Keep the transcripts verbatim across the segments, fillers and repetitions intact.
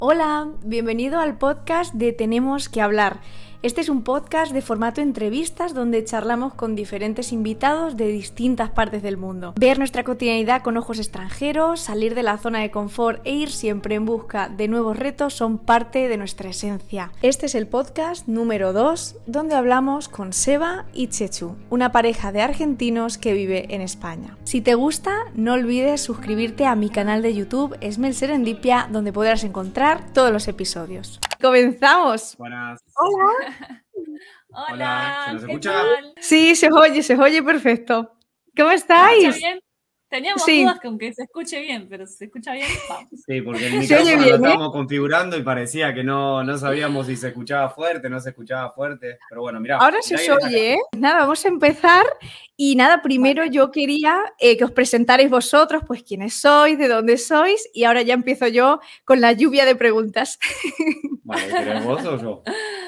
Hola, bienvenido al podcast de Tenemos que hablar. Este es un podcast de formato entrevistas donde charlamos con diferentes invitados de distintas partes del mundo. Ver nuestra cotidianidad con ojos extranjeros, salir de la zona de confort e ir siempre en busca de nuevos retos son parte de nuestra esencia. Este es el podcast número dos, donde hablamos con Seba y Chechu, una pareja de argentinos que vive en España. Si te gusta, no olvides suscribirte a mi canal de YouTube Esmel Serendipia, donde podrás encontrar todos los episodios. ¡Comenzamos! Buenas. Hola. Hola, Hola, ¿se nos ¿qué escucha? tal? Sí, se oye, se oye perfecto. ¿Cómo ¿Se estáis? escucha bien? Teníamos Sí. dudas con que se escuche bien, pero si se escucha bien, vamos. Sí, porque el Se micrófono oye lo bien, ¿eh? estábamos configurando y parecía que no, no sabíamos si se escuchaba fuerte, no se escuchaba fuerte. Pero bueno, mirá. Ahora se mirá os quién está oye, ¿eh? Nada, vamos a empezar. Y nada, primero yo quería eh, que os presentarais vosotros, pues quiénes sois, de dónde sois, y ahora ya empiezo yo con la lluvia de preguntas. acá. Vale, ¿querés vos o yo?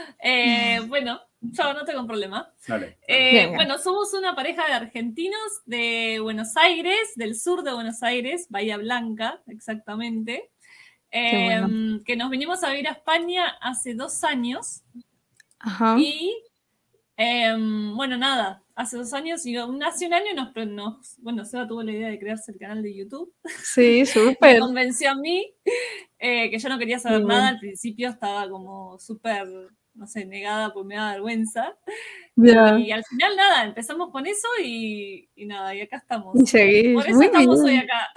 Eh, bueno, yo no tengo problema. Dale. Eh, Venga. bueno, somos una pareja de argentinos de Buenos Aires, del sur de Buenos Aires, Bahía Blanca, exactamente. Qué Eh, bueno. Que nos vinimos a vivir a España hace dos años. Ajá. Y eh, bueno, nada, hace dos años y un- hace un año nos, nos, bueno, Seba tuvo la idea de crearse el canal de YouTube. Sí, Me súper. convenció a mí, eh, que yo no quería saber Muy nada. bien. Al principio estaba como súper, no sé, negada porque me daba vergüenza. Ya. Y al final nada, empezamos con eso y, y nada, y acá estamos. Y seguís. Por eso Muy estamos hoy bien. acá.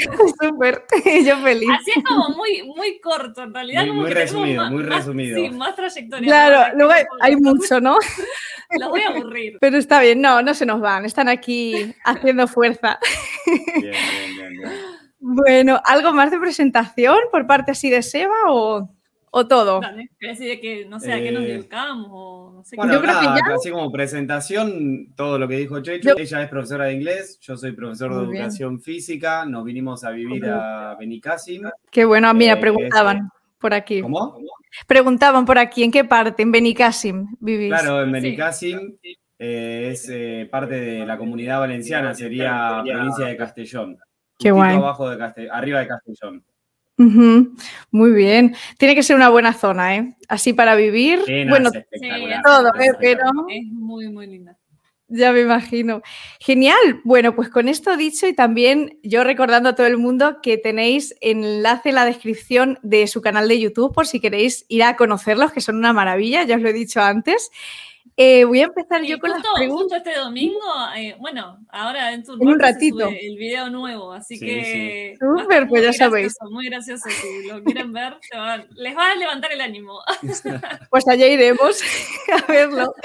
Súper. Yo feliz. Así es como muy, muy corto, en realidad. Muy- como muy que tenemos resumido, más- muy más- resumido. Sí, más trayectoria. Claro, ¿no? luego hay, Los- hay mucho, ¿no? Los voy a aburrir. Pero está bien, no, no se nos van, están aquí haciendo fuerza. Bien, bien, bien, bien. Bueno, ¿algo más de presentación por parte así de Seba o, o todo? Dale, ¿querés decir que no sé a qué nos Eh, dedicamos o no sé Bueno, Yo creo que nada, ya- así como presentación, todo lo que dijo Chechu. Yo- Ella es profesora de inglés, yo soy profesor de Muy bien. educación física. Nos vinimos a vivir a Benicàssim. Qué bueno, mira, Eh, preguntaban por aquí. ¿Cómo? Preguntaban por aquí, ¿en qué parte? En Benicàssim vivís. Claro, en Sí. Benicàssim eh, es eh, parte de la Comunidad Valenciana, sería provincia de Castellón. Qué Justito guay. abajo de Caste- arriba de Castellón. Ujú, muy bien. Tiene que ser una buena zona, ¿eh? Así para vivir. Sí, no, bueno, es espectacular. Sí, todo, es ¿eh? Pero espectacular. Es muy, muy linda. ya me imagino. Genial. Bueno, pues con esto dicho y también yo recordando a todo el mundo que tenéis enlace en la descripción de su canal de YouTube por si queréis ir a conocerlos, que son una maravilla, ya os lo he dicho antes. Eh, voy a empezar Y yo con justo, las preguntas. justo este domingo, eh, bueno, ahora dentro de En un rato se ratito. sube el video nuevo, así Sí, que sí. va a estar Súper, pues muy ya sabéis. gracioso, muy gracioso. Si lo quieren ver, se va- les va a levantar el ánimo. Pues allá iremos a verlo.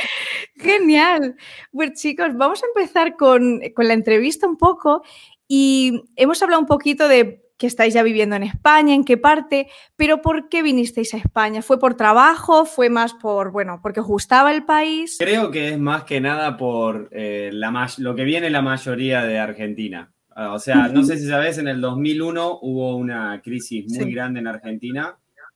Genial. Pues chicos, vamos a empezar con, con la entrevista un poco y hemos hablado un poquito de que estáis ya viviendo en España, en qué parte, pero ¿por qué vinisteis a España? ¿Fue por trabajo? ¿Fue más por, bueno, porque os gustaba el país? Creo que es más que nada por eh, la ma- lo que viene la mayoría de Argentina. Ah, o sea, no sé si sabes, en el dos mil uno hubo una crisis muy Sí. grande en Argentina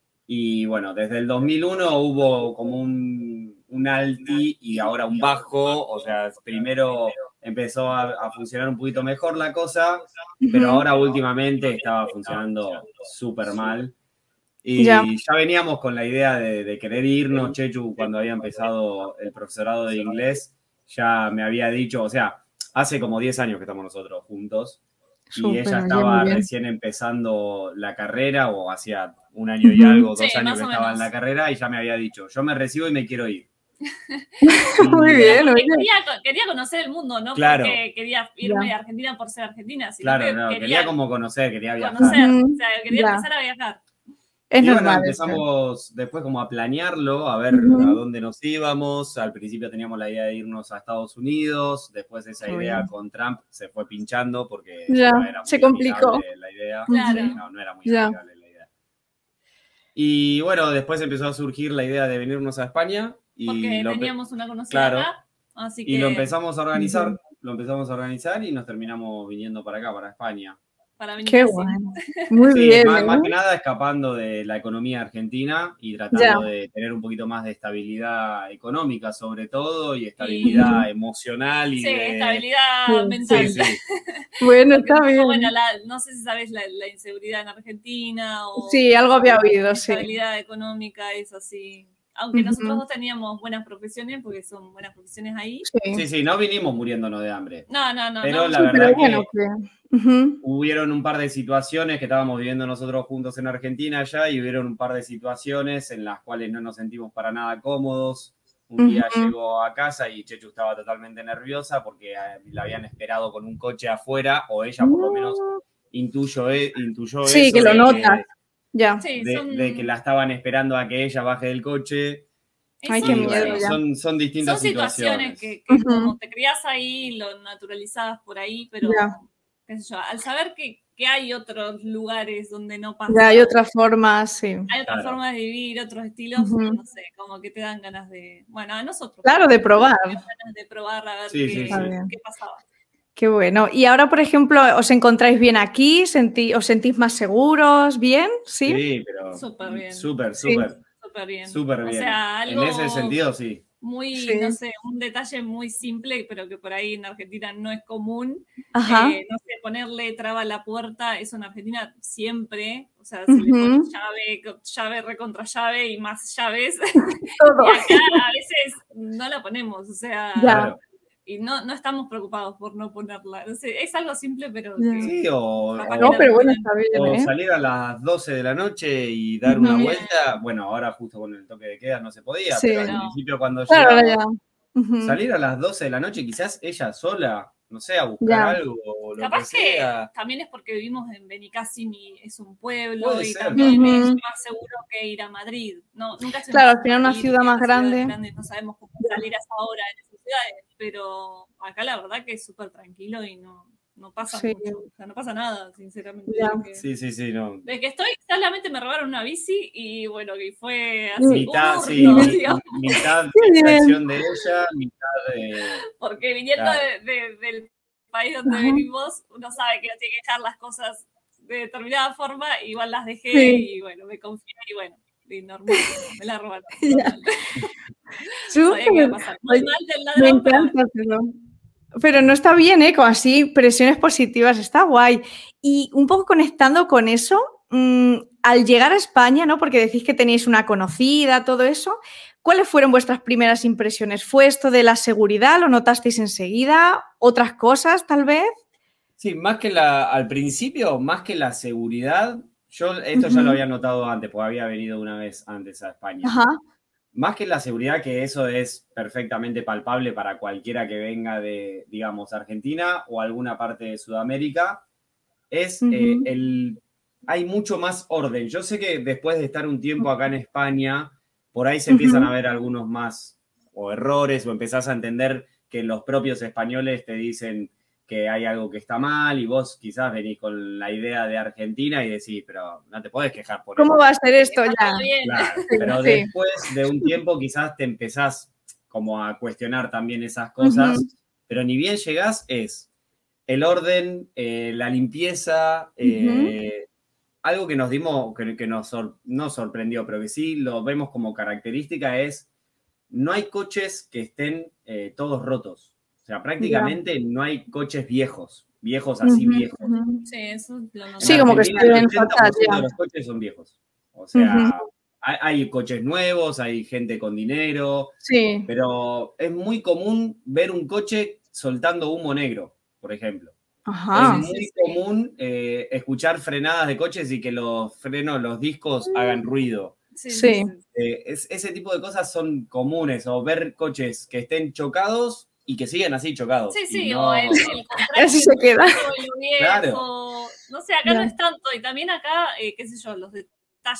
y bueno, desde el dos mil uno hubo como un, un alti y ahora un bajo. O sea, primero empezó a, a funcionar un poquito mejor la cosa, pero Ujú. ahora últimamente estaba funcionando súper mal. Y Ya. ya. veníamos con la idea de, de querer irnos. Chechu, cuando había empezado el profesorado de inglés, ya me había dicho, o sea, hace como diez años que estamos nosotros juntos, y Súper, ella oye, estaba muy bien. recién empezando la carrera, o hacía un año y Ujú. algo, dos Sí, años más que o estaba menos. en la carrera, y ya me había dicho, yo me recibo y me quiero ir. Muy Y- bien, Porque oye. quería, quería conocer el mundo, no Claro. porque quería irme Ya. de Argentina por ser argentina, sino Claro, que no, quería, quería como conocer, quería viajar. conocer, Ujú. o sea, quería Ya. empezar a viajar. Es Y bueno, normal. eso. empezamos después como a planearlo, a ver Ujú. a dónde nos íbamos. Al principio teníamos la idea de irnos a Estados Unidos, después esa Muy idea bien. con Trump se fue pinchando porque Ya, no era muy se complicó. amigable la idea. Claro. Sí, no, no era muy Ya. amigable la idea. Y bueno, después empezó a surgir la idea de venirnos a España y, Porque lo, empe- teníamos una conocida claro. acá, así y que lo empezamos a organizar, Ujú. lo empezamos a organizar y nos terminamos viniendo para acá, para España. para venir. Qué así. bueno. Muy Sí, bien. más, ¿eh? más que nada escapando de la economía argentina y tratando de tener un poquito más de estabilidad económica sobre todo y estabilidad Y- emocional y Sí, de... estabilidad Sí, mental. Sí, sí. Bueno, Porque está un poco, bien. bueno, la- no sé si sabes la, la inseguridad en Argentina o Sí, algo había la oído, sí. estabilidad económica es así. Aunque Ujú. nosotros dos teníamos buenas profesiones, porque son buenas profesiones ahí. Sí. Sí, sí, no vinimos muriéndonos de hambre. No, no, no, Pero no. la Sí, verdad pero bueno, que que... Ujú. hubieron un par de situaciones que estábamos viviendo nosotros juntos en Argentina ya y hubieron un par de situaciones en las cuales no nos sentimos para nada cómodos. Un día Ujú. llegó a casa y Chechu estaba totalmente nerviosa porque eh, la habían esperado con un coche afuera, o ella por lo menos intuyó, eh, intuyó Sí, eso que lo de, notas. que, Ya. Sí, de- son, de que la estaban esperando a que ella baje del coche. y Ay, qué son- Y miedo bueno, ya. son, son distintas son situaciones situaciones. que, que Ujú. como te criás ahí, lo naturalizabas por ahí, pero Ya. qué sé yo, al saber que, que hay otros lugares donde no pasa, Ya hay otra forma, sí. hay otras Claro. formas de vivir, otros estilos, Ujú. no sé, como que te dan ganas de, bueno, a nosotros. Claro, de probar. Ganas de probar a ver Sí, qué, sí, Está sí. bien. qué pasaba. Qué bueno. Y ahora, por ejemplo, ¿os encontráis bien aquí? ¿Sentí- ¿Os sentís más seguros? ¿Bien? ¿Sí? Sí, pero Súper bien. súper, Sí. súper, Súper bien. súper O bien. sea, algo En ese sentido, sí. muy, Sí. no sé, un detalle muy simple, pero que por ahí en Argentina no es común. Ajá. Eh, no sé, ponerle traba a la puerta, eso en Argentina siempre, o sea, se le Ujú. pone llave, co- llave recontra llave y más llaves. Todo. Y acá a veces no la ponemos, o sea, Ya. Claro. y no, no estamos preocupados por no ponerla. No sé, es algo simple, pero Ya. que Sí, o, capaz que No, en pero bueno, Argentina está bien, o ¿eh? salir a las doce de la noche y dar una Ujú. vuelta. Bueno, ahora justo con el toque de queda no se podía, Sí. pero al No. principio cuando Claro, ahora llegamos, ya. Ujú. salir a las doce de la noche, quizás ella sola, no sé, a buscar Ya. algo o lo que Capaz que sea. también es porque vivimos en Benicàssim y es un pueblo Puede y ser también también. es Ujú. más seguro que ir a Madrid. No, nunca estuvimos Claro, al en final una Madrid, ciudad que más las ciudades grande. grandes no sabemos cómo salir a esa hora en esas ciudades, pero acá la verdad que es súper tranquilo y no, no pasa Sí. mucho. O sea, no pasa nada, sinceramente. Ya. Desde que, Sí, sí, sí, no. desde que estoy, solamente me robaron una bici y bueno, que fue así, un Mitad, hurto, sí, mi- digamos, mitad Qué bien. distracción de ella, mitad de... porque viniendo Claro. de- de- del país donde Ajá. venimos, uno sabe que no tiene que dejar las cosas de determinada forma, igual las dejé Sí. y bueno, me confié y bueno, y normal, me la robaron. Ya. Normal. Sabía que iba a Súper. pasar. Muy Oye, mal del me ladrón, pero bueno. encanta, pero, pero no está bien, ¿eh? Con así presiones positivas, está guay. Y un poco conectando con eso, mm, al llegar a España, ¿no? Porque decís que tenéis una conocida, todo eso, ¿cuáles fueron vuestras primeras impresiones? ¿Fue esto de la seguridad? ¿Lo notasteis enseguida? ¿Otras cosas, tal vez? Sí, más que la, al principio, más que la seguridad, yo esto ya Ujú. lo había notado antes, porque había venido una vez antes a España. Ajá. Más que la seguridad, que eso es perfectamente palpable para cualquiera que venga de, digamos, Argentina o alguna parte de Sudamérica, es eh, Ujú. el... Hay mucho más orden. Yo sé que después de estar un tiempo acá en España, por ahí se empiezan Ujú. a ver algunos más o errores o empezás a entender que los propios españoles te dicen que hay algo que está mal y vos quizás venís con la idea de Argentina y decís, pero no te podés quejar por ¿Cómo esto. va a ser esto Está ya? todo bien. Claro, Sí, pero sí. después de un tiempo quizás te empezás como a cuestionar también esas cosas, Ujú. pero ni bien llegás es el orden, eh, la limpieza, eh, algo que nos dimos, que, que nos sor- no sorprendió, pero que sí lo vemos como característica es, no hay coches que estén eh, todos rotos. O sea, prácticamente no hay coches viejos, viejos así Ujú, viejos. ujú. Sí, eso lo noté. En Sí, como que Argentina el estén ochenta fatal por ciento ya. de los coches son viejos. O Ujú. sea, hay, hay coches nuevos, hay gente con dinero, Sí. pero es muy común ver un coche soltando humo negro, por ejemplo. Ajá. Es Sí, sí, muy sí. común eh, escuchar frenadas de coches y que los frenos, los discos hagan ruido. Sí, Sí. sí, sí. Eh, es- ese tipo de cosas son comunes, o ver coches que estén chocados y que siguen así chocados. Sí, y sí, no- o el, el contraste Así se entre queda. lo nuevo y lo viejo. Claro. No sé, acá Ya. no es tanto. Y también acá, eh, qué sé yo, los detalles,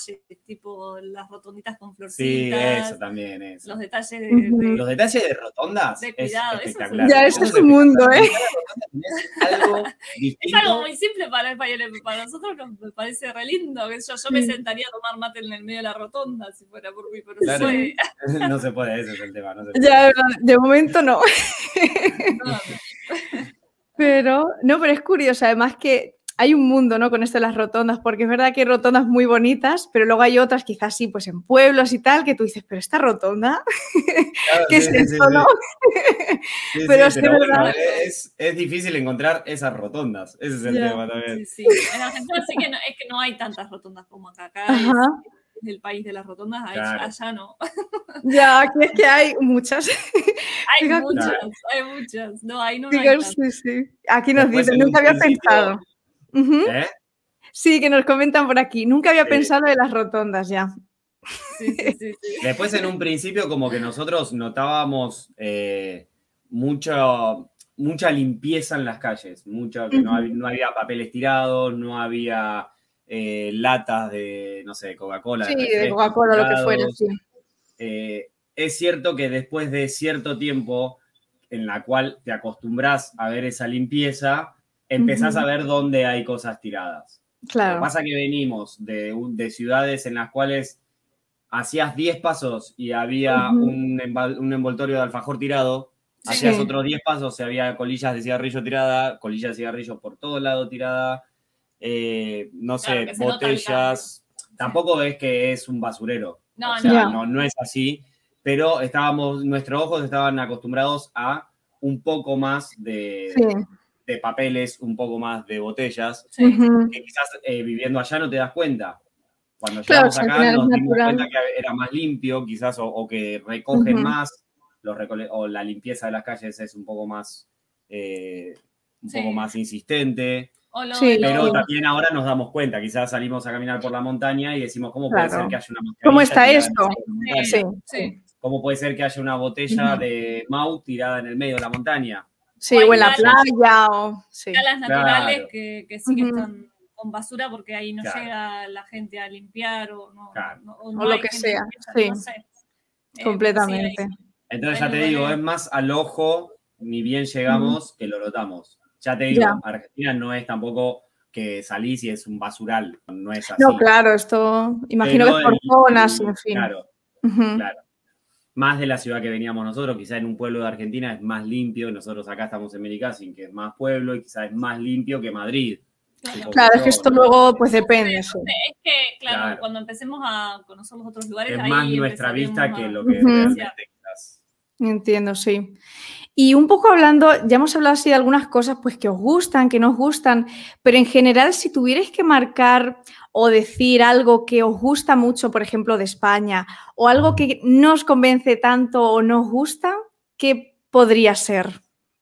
tipo las rotonditas con Sí, florcitas, eso también, eso. los detalles de, Ujú. de- Los detalles de rotondas De es cuidado, eso es espectacular. Ya, eso es un espectacular. mundo, ¿eh? En cada rotonda tenés algo Es distinto. algo muy simple para los españoles, pero para nosotros nos me parece re lindo. qué sé Yo, yo me Sí. sentaría a tomar mate en el medio de la rotonda si fuera por mí, pero Claro. no se puede. No se puede, ese es el tema. No se puede. Ya, de momento no. No, no. Pero, no, pero es curioso, además que hay un mundo, ¿no? Con esto de las rotondas, porque es verdad que hay rotondas muy bonitas, pero luego hay otras, quizás sí, pues en pueblos y tal, que tú dices, pero esta rotonda, Claro, ¿qué sí, es sí, esto, sí, no? sí, sí, Pero sí, es que pero es bueno, verdad. es, es difícil encontrar esas rotondas. Ese es el Ya. tema también. Sí, sí. En Argentina sí que no, es que no hay tantas rotondas como acá. Acá es, Ajá. es el país de las rotondas, ahí- Claro. allá no. Ya, aquí es que hay muchas. Hay Digo, muchas, aquí- hay muchas. No, ahí no, no digo, hay tantas. sí, sí. Aquí nos Después dicen, en un nunca había principio, pensado. Ujú. ¿eh? Sí, que nos comentan por aquí. Nunca había Sí. pensado de las rotondas ya. Sí, sí, sí, sí. Después en un principio como que nosotros notábamos eh, mucho, mucha limpieza en las calles, mucho, que no, hab- Ujú. no había papeles tirados, no había eh, latas de, no sé, de Coca-Cola, Sí, de de refrescos Coca-Cola, lo que fuera, tirados. sí. Eh, es cierto que después de cierto tiempo en la cual te acostumbras a ver esa limpieza, empezás Ujú. a ver dónde hay cosas tiradas. Lo que Claro. pasa que venimos de, un- de ciudades en las cuales hacías diez pasos y había Ujú. un, enval- un envoltorio de alfajor tirado, Sí. hacías Sí. otros diez pasos y había colillas de cigarrillo tirada, colillas de cigarrillo por todo lado tirada, eh, no Claro, sé, que se nota el botellas. Tampoco es que es un basurero, No, o no, sea, Ya. no, no es así, pero estábamos, nuestros ojos estaban acostumbrados a un poco más de, Sí. de papeles, un poco más de botellas, Sí. Ujú. que quizás eh, viviendo allá no te das cuenta. Cuando Claro, llegamos si al acá final es nos dimos natural. cuenta que era más limpio, quizás, o, o que recogen Ujú. más, los recole- o la limpieza de las calles es un poco más, eh, un Sí. poco más insistente. O lo Sí, de los- Pero sí. también ahora nos damos cuenta, quizás salimos a caminar por la montaña y decimos, ¿cómo puede Claro. ser que haya una ¿Cómo mascarilla está tirada en esto? el medio de la Sí, montaña? Sí. sí. ¿Cómo puede ser que haya una botella Ujú. de Mau tirada en el medio de la montaña? Sí, O hay o en la calas, playa, o... Sí. calas naturales Claro, que, que sí que Ujú. están con basura porque ahí no Claro. llega la gente a limpiar o no, Claro. no, o O no lo hay que gente sea, limpieza, sí. no sé. Eh, pero sí, hay, Completamente. Entonces hay ya te digo, lugares. es más al ojo, ni bien llegamos, que lo notamos. Ya te Ya. digo, Argentina no es tampoco que salís y es un basural, no es así. No, claro, esto... Imagino Pero que es por el- zonas, el- en fin. claro, Ujú. claro. Más de la ciudad que veníamos nosotros, quizá en un pueblo de Argentina es más limpio, y nosotros acá estamos en Benicassim, que es más pueblo, y quizá es más limpio que Madrid. Claro. supongo Claro, es que yo, esto ¿no? luego, pues depende, sí. Es que, claro, Claro. cuando empecemos a conocer los otros lugares, Es ahí más nuestra empezaremos vista que a- lo que Ujú. realmente quizás. Entiendo, sí. Y un poco hablando, ya hemos hablado así de algunas cosas pues que os gustan, que no os gustan, pero en general, si tuvierais que marcar o decir algo que os gusta mucho, por ejemplo, de España, o algo que no os convence tanto o no os gusta, ¿qué podría ser?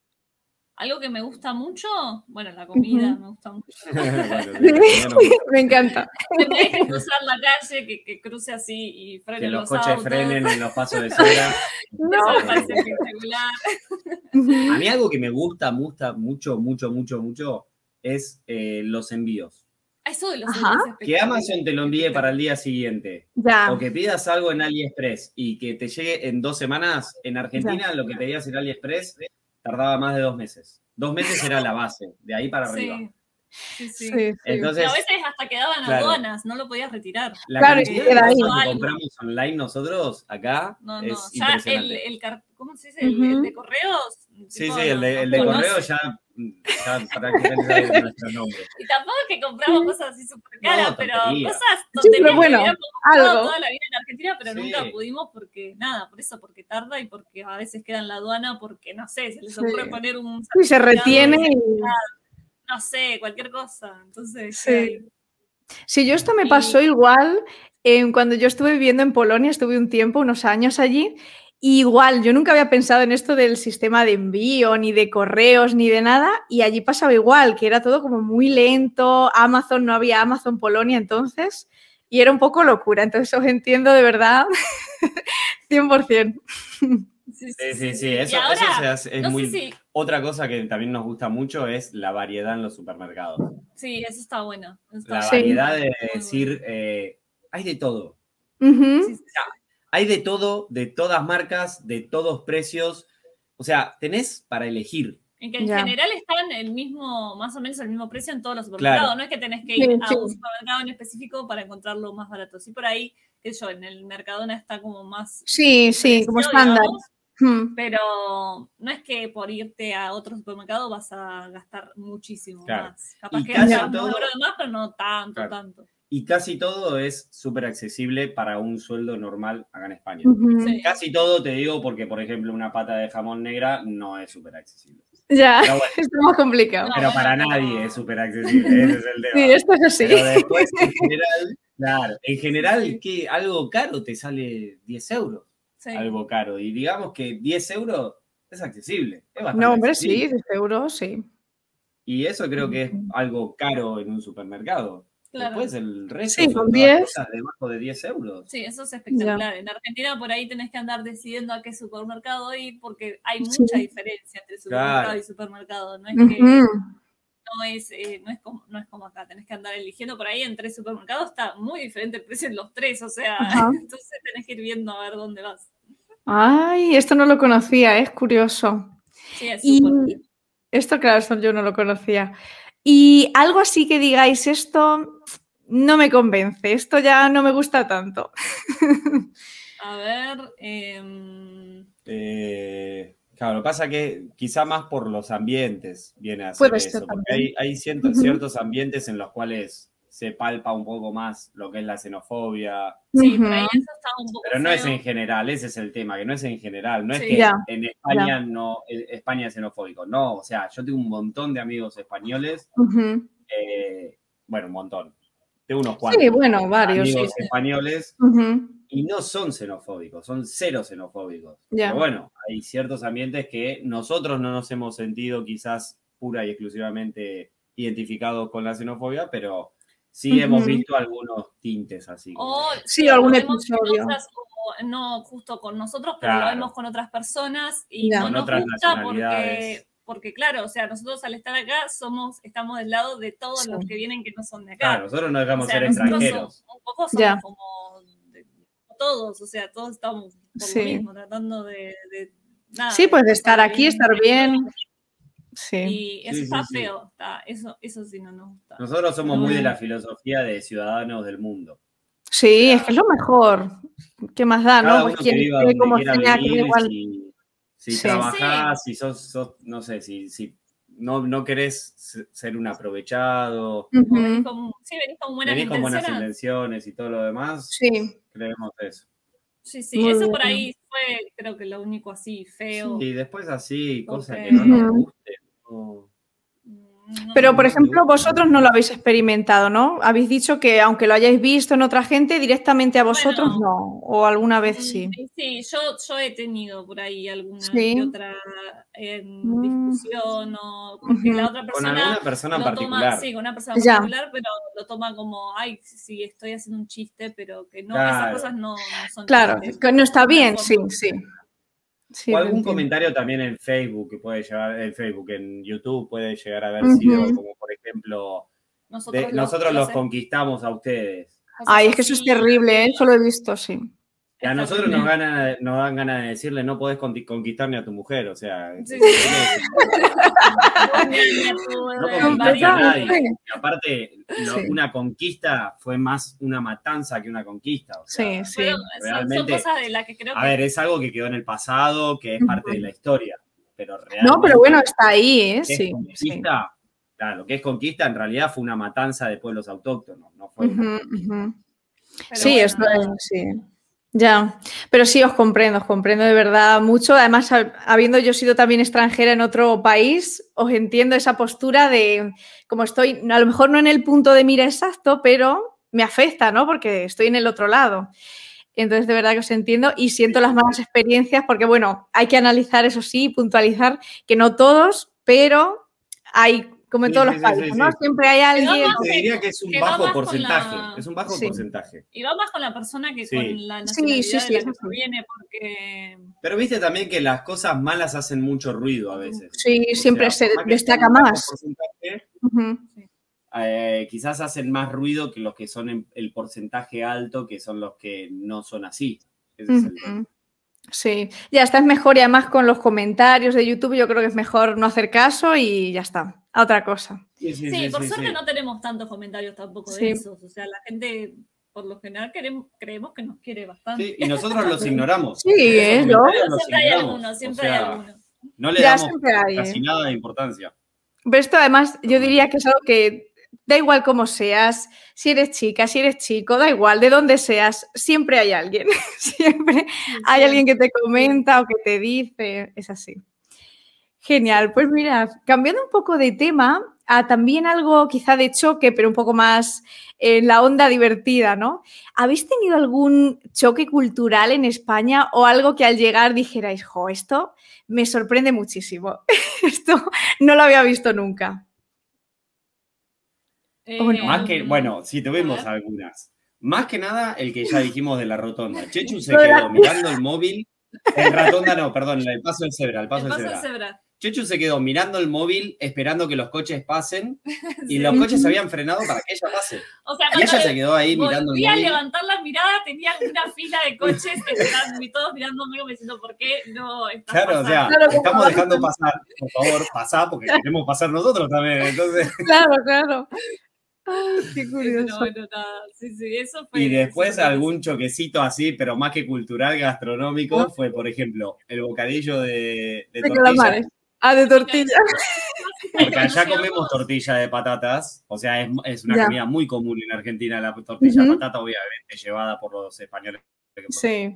Algo que me gusta mucho, bueno, la comida Ujú. me gusta mucho. Bueno, sí, Sí, la comida nos gusta. me encanta. Que me dejen cruzar la calle, que, que cruce así y Que frenen los los coches autos. frenen en los pasos de cebra. No. Eso me parece espectacular. Ujú. A mí algo que me gusta, gusta mucho, mucho, mucho, mucho, es eh, los envíos. Eso de los Ajá. envíos es Que espectacular. Amazon te lo envíe para el día siguiente. Ya. O que pidas algo en AliExpress y que te llegue en dos semanas. En Argentina lo que pedías en AliExpress tardaba más de dos meses. Dos meses era la base, de ahí para arriba. Sí, sí, sí. Sí, sí. Entonces, Pero a veces hasta quedaban claro. aduanas, no lo podías retirar. la Claro, y cantidad se de queda ahí. cosas que Algo. compramos online nosotros acá No, no. es Ya el, impresionante. el car- ¿cómo se dice? El, Ujú. el de correos. Sí, tipo, sí, el no- de, no el de conoce. correo ya, ya prácticamente sabe nuestro nombre. Y tampoco es que compramos cosas así súper caras, No, pero tontería. cosas, Sí, tonterías pero bueno, que hubiéramos comprado algo. toda la vida en Argentina, pero Sí. nunca pudimos porque, nada, por eso, porque tarda y porque a veces queda en la aduana, porque, no sé, se les Sí. ocurre poner un Sí, se certificado retiene de- y... no sé, cualquier cosa. Entonces, Sí. queda ahí. Sí, yo esto me Y- pasó igual eh, cuando yo estuve viviendo en Polonia, estuve un tiempo, unos años allí, y igual, yo nunca había pensado en esto del sistema de envío, ni de correos, ni de nada, y allí pasaba igual, que era todo como muy lento, Amazon, no había Amazon Polonia entonces, y era un poco locura, entonces os entiendo de verdad, cien por ciento. Sí, Sí, sí, sí, Y eso, ahora, eso se hace- es no muy... sé si... Otra cosa que también nos gusta mucho es la variedad en los supermercados. Sí, eso está bueno. Eso está La Sí. variedad de muy decir, eh, hay de todo. Ujú. Sí, sí, sí. Hay de todo, de todas marcas, de todos precios. O sea, tenés para elegir. En que en Ya. general están el mismo, más o menos el mismo precio en todos los supermercados. Claro. No es que tenés que Sí, ir a sí. un supermercado en específico para encontrarlo más barato. Sí, por ahí, qué sé yo, en el Mercadona está como más Sí, sí, como precio, estándar. digamos, Hmm. pero no es que por irte a otro supermercado vas a gastar muchísimo Claro. más. Capaz Y que casi gastas un todo- euro de más, pero no tanto, Claro. tanto. Y casi todo es súper accesible para un sueldo normal acá en España. Ujú. Sí. Casi todo te digo porque, por ejemplo, una pata de jamón negra no es súper accesible. Ya, Pero bueno, está más complicado. No, pero bueno, para pero- nadie es súper accesible, ese es el tema. Sí, esto es así. Pero después, en general, claro, en general, Sí. que algo caro te sale diez euros. Sí. Algo caro. Y digamos que diez euros es accesible. Es bastante No, hombre, accesible. sí, diez euros, sí. Y eso creo que es algo caro en un supermercado. Claro. Después el resto Sí, son con todas diez. cosas debajo de diez euros. Sí, eso es espectacular. En Argentina por ahí tenés que andar decidiendo a qué supermercado ir porque hay Sí. mucha diferencia entre supermercado Claro. y supermercado. No es que Ujú. no es, eh, no, es como, no es como acá, tenés que andar eligiendo por ahí en tres supermercados, está muy diferente el precio en los tres, o sea, Ajá. entonces tenés que ir viendo a ver dónde vas. Ay, esto no lo conocía, es curioso. Sí, es Y súper. esto, claro, esto yo no lo conocía. Y algo así que digáis, esto no me convence, esto ya no me gusta tanto. A ver, eh, Eh, claro, lo que pasa que quizá más por los ambientes viene a ser Puede ser eso. Porque también. hay, hay ciento- Ujú. ciertos ambientes en los cuales se palpa un poco más lo que es la xenofobia. sí, por ahí Ujú. eso está un poco Pero no es feo. en general, ese es el tema, que no es en general. No es Sí. que Ya, en España no, eh, España es xenofóbico. No, o sea, yo tengo un montón de amigos españoles. Ujú. eh, bueno, un montón. Tengo unos cuantos Sí, bueno, varios, sí. amigos españoles Ujú. y no son xenofóbicos, son cero xenofóbicos. Ya. Pero bueno, hay ciertos ambientes que nosotros no nos hemos sentido quizás pura y exclusivamente identificados con la xenofobia, pero sí Ujú. hemos visto algunos tintes así. como- O, Sí, o algún lo vemos en episodio. otras, o no justo con nosotros, pero Claro. lo vemos con otras personas y Ya. no Con nos otras gusta nacionalidades. porque, porque, claro, o sea, nosotros al estar acá somos, estamos del lado de todos Sí. los que vienen que no son de acá. Claro, nosotros no dejamos O sea, ser nosotros extranjeros. somos- un poco somos Ya. como de- todos, o sea, todos estamos por Sí. lo mismo, tratando de, de nada. Sí, pues de estar pasarla aquí, estar bien. Sí. Y eso Sí, está sí, sí. feo, está, eso, eso sí no nos gusta. Nosotros somos Mm. muy de la filosofía de ciudadanos del mundo. Sí, O sea, es que es lo mejor. ¿Qué más da, Cada no? Pues uno quien que viva esté donde como quiera sea, que da vivir, igual. si, si Sí. trabajás, si sos, sos- no sé, si, si no, no querés se- ser un aprovechado, O venís Ujú. con, sí, venís con buenas venís con buenas intenciones. intenciones y todo lo demás, Sí, creemos eso. Sí, sí, Muy eso bien. por ahí fue, creo que lo único así feo. Y después así, cosas Porque- que no nos Ujú. gusten. no- Mm, pero no, por no me ejemplo, gusta. vosotros no lo habéis experimentado, ¿no? Habéis dicho que aunque lo hayáis visto en otra gente, directamente a vosotros Bueno, no, o alguna vez mm, sí. sí, sí, yo, yo he tenido por ahí alguna Sí. que otra eh, Mm. discusión o porque Ujú. la otra Con persona alguna persona en lo particular. toma, sí, con una persona Ya. particular, pero lo toma como, ay, sí, estoy haciendo un chiste, pero que no, Claro. esas cosas no, no son Claro, chistes. que no está Una bien, forma- sí, sí. Sí, O te algún entiendo. comentario también en Facebook que puede llegar, en Facebook, en YouTube puede llegar a haber Ujú. sido como, por ejemplo, Nosotros, de- nosotros los haces conquistamos a ustedes. cosas Ay, es que eso es así, terrible, ¿eh? Eso lo he visto, sí. Y a es nosotros terrible. nos, gana, nos dan ganas de decirle no podés conti- conquistar ni a tu mujer, o sea, Sí, ¿qué sí. es? Ni a tu, No eh, conquistaste a marido. nadie. Y aparte, lo- Sí. una conquista fue más una matanza que una conquista. O sea, Sí, sí. Bueno, son, son realmente- cosas de las que creo a que ver, es algo que quedó en el pasado, que es parte de la historia. Pero realmente, No, pero bueno, está ahí, ¿eh? ¿qué es Sí, sí. conquista? Claro, lo que es conquista en realidad fue una matanza de pueblos autóctonos, no fue una Ujú, conquista. ujú. pero Sí, bueno, esto nada. es, sí. Ya, pero sí os comprendo, os comprendo de verdad mucho. Además, hab- habiendo yo sido también extranjera en otro país, os entiendo esa postura de, como estoy, a lo mejor no en el punto de mira exacto, pero me afecta, ¿no? Porque estoy en el otro lado. Entonces, de verdad que os entiendo y siento las malas experiencias porque, bueno, hay que analizar eso sí, puntualizar que no todos, pero hay, como en Sí, todos sí, los sí, países, sí, ¿no? sí. Siempre hay alguien... más Te diría que es un que va bajo más con porcentaje. la- Es un bajo Sí. porcentaje. Y va más con la persona que Sí. con la Sí, nacionalidad sí, sí, de la eso que sí. proviene, porque Pero viste también que las cosas malas hacen mucho ruido a veces. Sí, O siempre sea, se por más que destaca sean un bajo más. porcentaje, Ujú. eh, quizás hacen más ruido que los que son en el porcentaje alto, que son los que no son así. Ese es el tema. Ujú. Sí, ya está, es mejor y además con los comentarios de YouTube yo creo que es mejor no hacer caso y ya está, a otra cosa. Sí, sí, sí, sí, por sí, suerte sí. no tenemos tantos comentarios tampoco Sí. de esos. O sea, la gente por lo general queremos, creemos que nos quiere bastante. Sí, y nosotros los ignoramos. Sí, ¿eh? Esos ¿no? comentarios los Siempre hay ignoramos. alguno, O siempre sea, hay alguno. no le Ya, damos siempre hay, casi ¿eh? nada de importancia. Pero esto además yo diría que es algo que da igual cómo seas, si eres chica, si eres chico, da igual, de dónde seas, siempre hay alguien, siempre hay alguien que te comenta o que te dice, es así. Genial, pues mira, cambiando un poco de tema a también algo quizá de choque, pero un poco más en la onda divertida, ¿no? ¿Habéis tenido algún choque cultural en España o algo que al llegar dijerais, jo, esto me sorprende muchísimo, esto no lo había visto nunca? Eh, O no. Más que, bueno, sí, tuvimos a ver. algunas. Más que nada el que ya dijimos de la rotonda. Chechu se Lo de la- quedó mirando el móvil. En rotonda no, perdón, el paso del cebra, el paso El del paso de cebra. cebra. Chechu se quedó mirando el móvil esperando que los coches pasen y Sí. los coches se habían frenado para que ella pase. O sea, Y cuando ella se quedó ahí volví mirando el a móvil. levantar la mirada, tenía una fila de coches esperando y todos mirándome como diciendo, ¿por qué no estás Claro, o sea, pasando? Claro, estamos como- dejando pasar, por favor, pasá porque queremos pasar nosotros también. Entonces, Claro, claro. Ay, qué Pero curioso. bueno, nada, sí, sí, eso fue. y después eso fue algún choquecito así, pero más que cultural, gastronómico, Ah. fue, por ejemplo, el bocadillo de, de De tortilla. calamares. Ah, de tortilla. Porque allá comemos tortilla de patatas, o sea, es, es una Ya. comida muy común en Argentina, la tortilla Ujú. de patata, obviamente llevada por los españoles. Sí.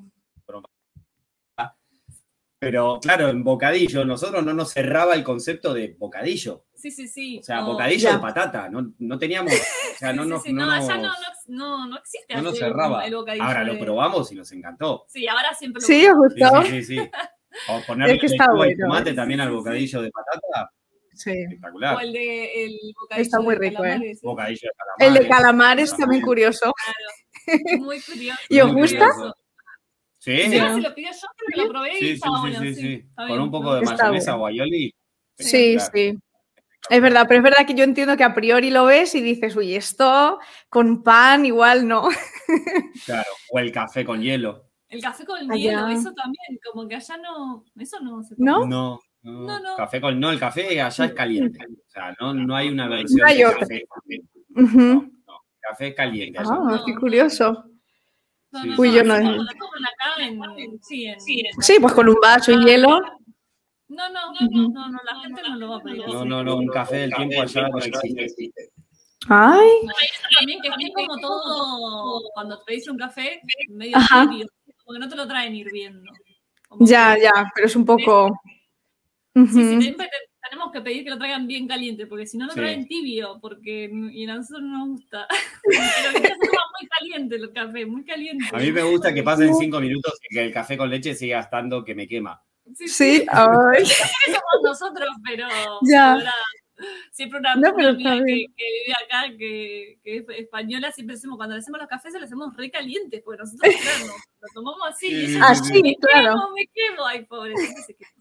Pero claro, en bocadillo, nosotros no nos cerraba el concepto de bocadillo. Sí, sí, sí. O sea, no. bocadillo Ya. de patata, no, no teníamos, o sea, no, Sí, nos, sí, sí, no, no, allá no, nos, no, no, no existe no nos así el- cerraba. el bocadillo Ahora lo de- probamos y nos encantó. Sí, ahora siempre lo Sí, ¿os Sí, gustó? sí, sí, sí. O ponerle Es que está lechuga y bueno, tomate ¿eh? también Sí, al sí, sí. bocadillo de patata, Sí. espectacular. O el de el bocadillo Está muy de rico, ¿eh? calamares. Bocadillo de calamares. El de calamares También. también curioso. Es muy curioso. ¿Y os muy gusta? curioso. Sí, Y Sí. ahora se lo pidió yo, pero lo probé y sí, sí, estaba sí, bueno. sí, Sí, sí. está Con bien, un poco de Está mayonesa bueno. o aioli. Sí, espectacular. sí. Es verdad, pero es verdad que yo entiendo que a priori lo ves y dices, uy, esto con pan igual no. Claro, o el café con hielo. El café con Allá. hielo, eso también, como que allá no, eso no se toma. ¿No? No, no, No, no. Café con, no, el café allá es caliente. O sea, no, no hay una versión No hay de otra. café. Ujú. No, no. Café es caliente allá. Ah, No, qué no. curioso. No, Sí, no, Uy, no, yo así no- como lo toman acá en, sí, en, Sí, pues con un vaso y hielo. No, no, no, no, no, la gente no lo va a pedir. No, así. no, no, un café del tiempo allá no existe. Ay, No, y eso también que es como todo, cuando te pedís un café, medio Ajá. tibio, porque no te lo traen hirviendo. Como ya, que- ya, pero es un poco... Sí, Ujú. sí, siempre te- tenemos que pedir que lo traigan bien caliente, porque si no lo Sí. traen tibio, porque y a nosotros no nos gusta. Pero que se toma muy caliente el café, muy caliente. A mí me gusta que pasen cinco minutos y que el café con leche siga estando que me quema. Sí, Sí, ay. que somos nosotros, pero Ya. ahora, siempre una, No, pero una amiga está que, bien. que vive acá, que, que es española, siempre decimos, cuando le hacemos los cafés, se los hacemos re calientes, porque nosotros claro, nos- lo tomamos así. Sí, y sí, ella Ah, sí, dice, sí, me claro. quemo, me quemo. Ay, pobre, siempre se quema.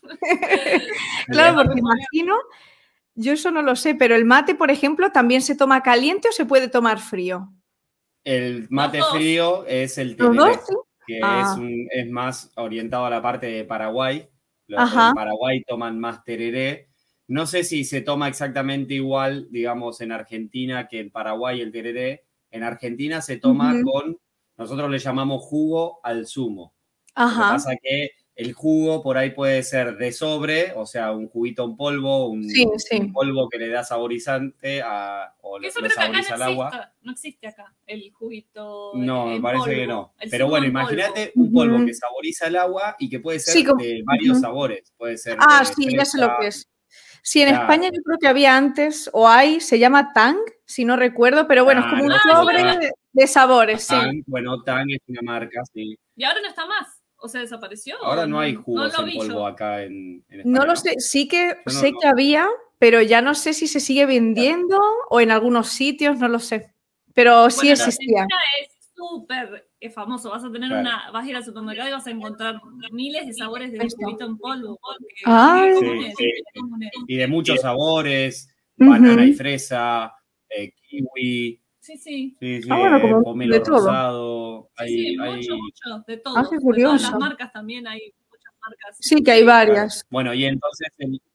Claro, porque imagino, yo eso no lo sé, pero el mate, por ejemplo, ¿también se toma caliente o se puede tomar frío? El mate Los dos. frío es el ¿Los tereré, dos? Sí. que Ah. es, un, es más orientado a la parte de Paraguay. Los, Ajá. en Paraguay toman más tereré. No sé si se toma exactamente igual, digamos, en Argentina que en Paraguay el tereré. En Argentina se toma Ujú. con, nosotros le llamamos jugo al zumo. Lo que Ajá. pasa que el jugo por ahí puede ser de sobre, o sea, un juguito en polvo, un, Sí, sí. un polvo que le da saborizante a, o Que lo, eso lo creo que acá no saboriza al agua. existe, no existe acá, el juguito No, me en parece polvo, que no. el Pero zumo bueno, en polvo. imagínate un polvo Ujú. que saboriza el agua y que puede ser Sí, como- de varios ujú. sabores. Puede ser Ah, de sí, ya sé lo fresa. que es. Sí, en Claro. España yo creo que había antes, o hay, se llama Tang, si no recuerdo, pero bueno, es como un Claro, sobre Tang. de, de sabores, sí. Tang, bueno, Tang es una marca, sí. Y ahora no está más, o sea, desapareció. Ahora no hay no jugos lo en vi polvo yo. acá en, en España. No lo sé, sí que Yo no- sé no. que había, pero ya no sé si se sigue vendiendo o en algunos sitios, no lo sé. Pero sí Bueno, en existía. Argentina es súper es famoso. Vas a tener Claro. una, vas a ir al supermercado y vas a encontrar miles de sabores de Esto. juguito en polvo. Porque Ay. son Sí, comunes, sí. son comunes. Y de muchos sabores, Ujú. banana y fresa, eh, kiwi, Sí, sí. sí, sí, Ah, bueno, eh, como pomelo de todo. rosado. Sí, Hay, sí, hay- mucho, mucho, de todo. Ah, qué De todas curioso. las marcas también hay muchas marcas. Sí, que hay claro. varias. Bueno, y entonces el,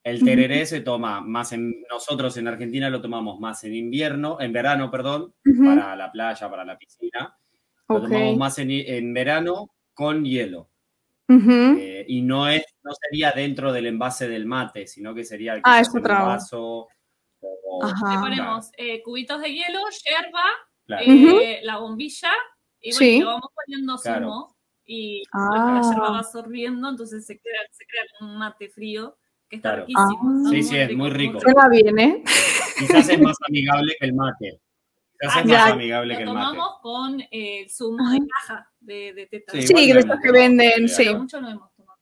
El tereré se toma más en... Nosotros en Argentina lo tomamos más en invierno, en verano, perdón, uh-huh. para la playa, para la piscina. Lo okay. tomamos más en, en verano con hielo. Uh-huh. Eh, y no, es, no sería dentro del envase del mate, sino que sería ah, es un vaso. O, Le ponemos claro. eh, cubitos de hielo, yerba, claro. eh, uh-huh. la bombilla, y bueno, sí. le vamos poniendo zumo. Claro. Y ah. la yerba va absorbiendo, entonces se crea, se crea un mate frío. Que está claro. riquísimo. Ah, sí, sí, es muy rico. Suena bien, ¿eh? Quizás es más amigable que el mate. Quizás ah, es más amigable que el mate. Lo tomamos con el eh, zumo de caja de, de teta. Sí, sí de estos que venden, sí. Pero mucho no hemos tomado.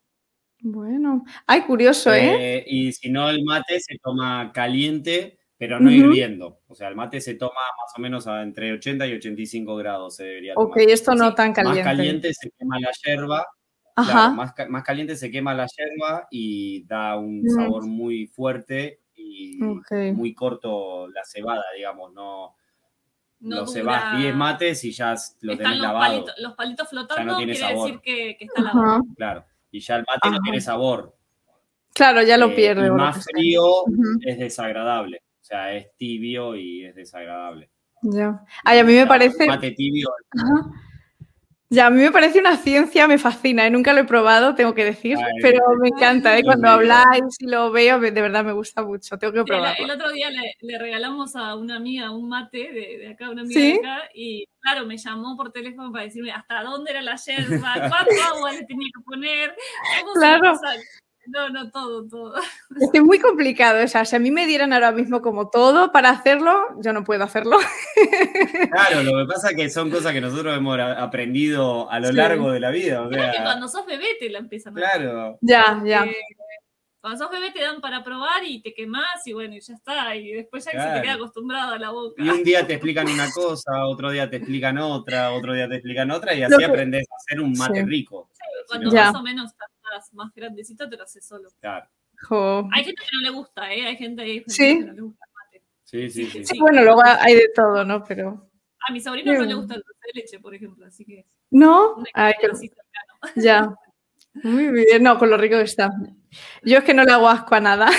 Bueno. Ay, curioso, ¿eh? ¿eh? Y si no, el mate se toma caliente, pero no uh-huh. hirviendo. O sea, el mate se toma más o menos a entre ochenta y ochenta y cinco grados se debería tomar. Ok, esto no sí. tan caliente. Más caliente se quema la yerba. Ajá. Claro, más, más caliente se quema la yerba y da un mm. sabor muy fuerte y okay. muy corto la cebada, digamos, no, no lo cebás diez mates y ya lo Están tenés los lavado. Palitos, los palitos flotando no tiene quiere sabor. decir que, que está lavado. Claro, y ya el mate Ajá. no tiene sabor. Claro, ya lo eh, pierde. Y más frío uh-huh. es desagradable, o sea, es tibio y es desagradable. Ya. Ay, a mí me claro, parece... El mate tibio... Ajá. Ya, a mí me parece una ciencia, me fascina, ¿eh? Nunca lo he probado, tengo que decir, Ay, pero me encanta, ¿eh? Cuando habláis y lo veo, de verdad me gusta mucho, tengo que probarlo. El, el otro día le, le regalamos a una amiga un mate de, de acá, una amiga ¿Sí? de acá, y claro, me llamó por teléfono para decirme hasta dónde era la yerba, cuánto agua le tenía que poner, cómo claro. se pasa. No, no, todo, todo. Es que es muy complicado, o sea, si a mí me dieran ahora mismo como todo para hacerlo, yo no puedo hacerlo. Claro, lo que pasa es que son cosas que nosotros hemos aprendido a lo sí. largo de la vida. O sea... Creo que cuando sos bebé te la empiezan a hacer. Claro. Ya, ya. Eh, cuando sos bebé te dan para probar y te quemás y bueno, y ya está. Y después ya claro. se te queda acostumbrado a la boca. Y un día te explican una cosa, otro día te explican otra, otro día te explican otra y así que... aprendes a hacer un mate sí. rico. Sí, cuando si no... más o menos estás más grandecito te lo haces solo. Claro. Jo. Hay gente que no le gusta, ¿eh? Hay gente, hay gente ¿Sí? que no le gusta el mate. Sí, sí, sí. sí. Bueno, luego hay de todo, ¿no? Pero... A mi sobrino sí. no le gusta el dulce de leche, por ejemplo, así que... ¿No? Ay, que... Ya. Muy bien, no, con lo rico que está. Yo es que no le hago asco a nada.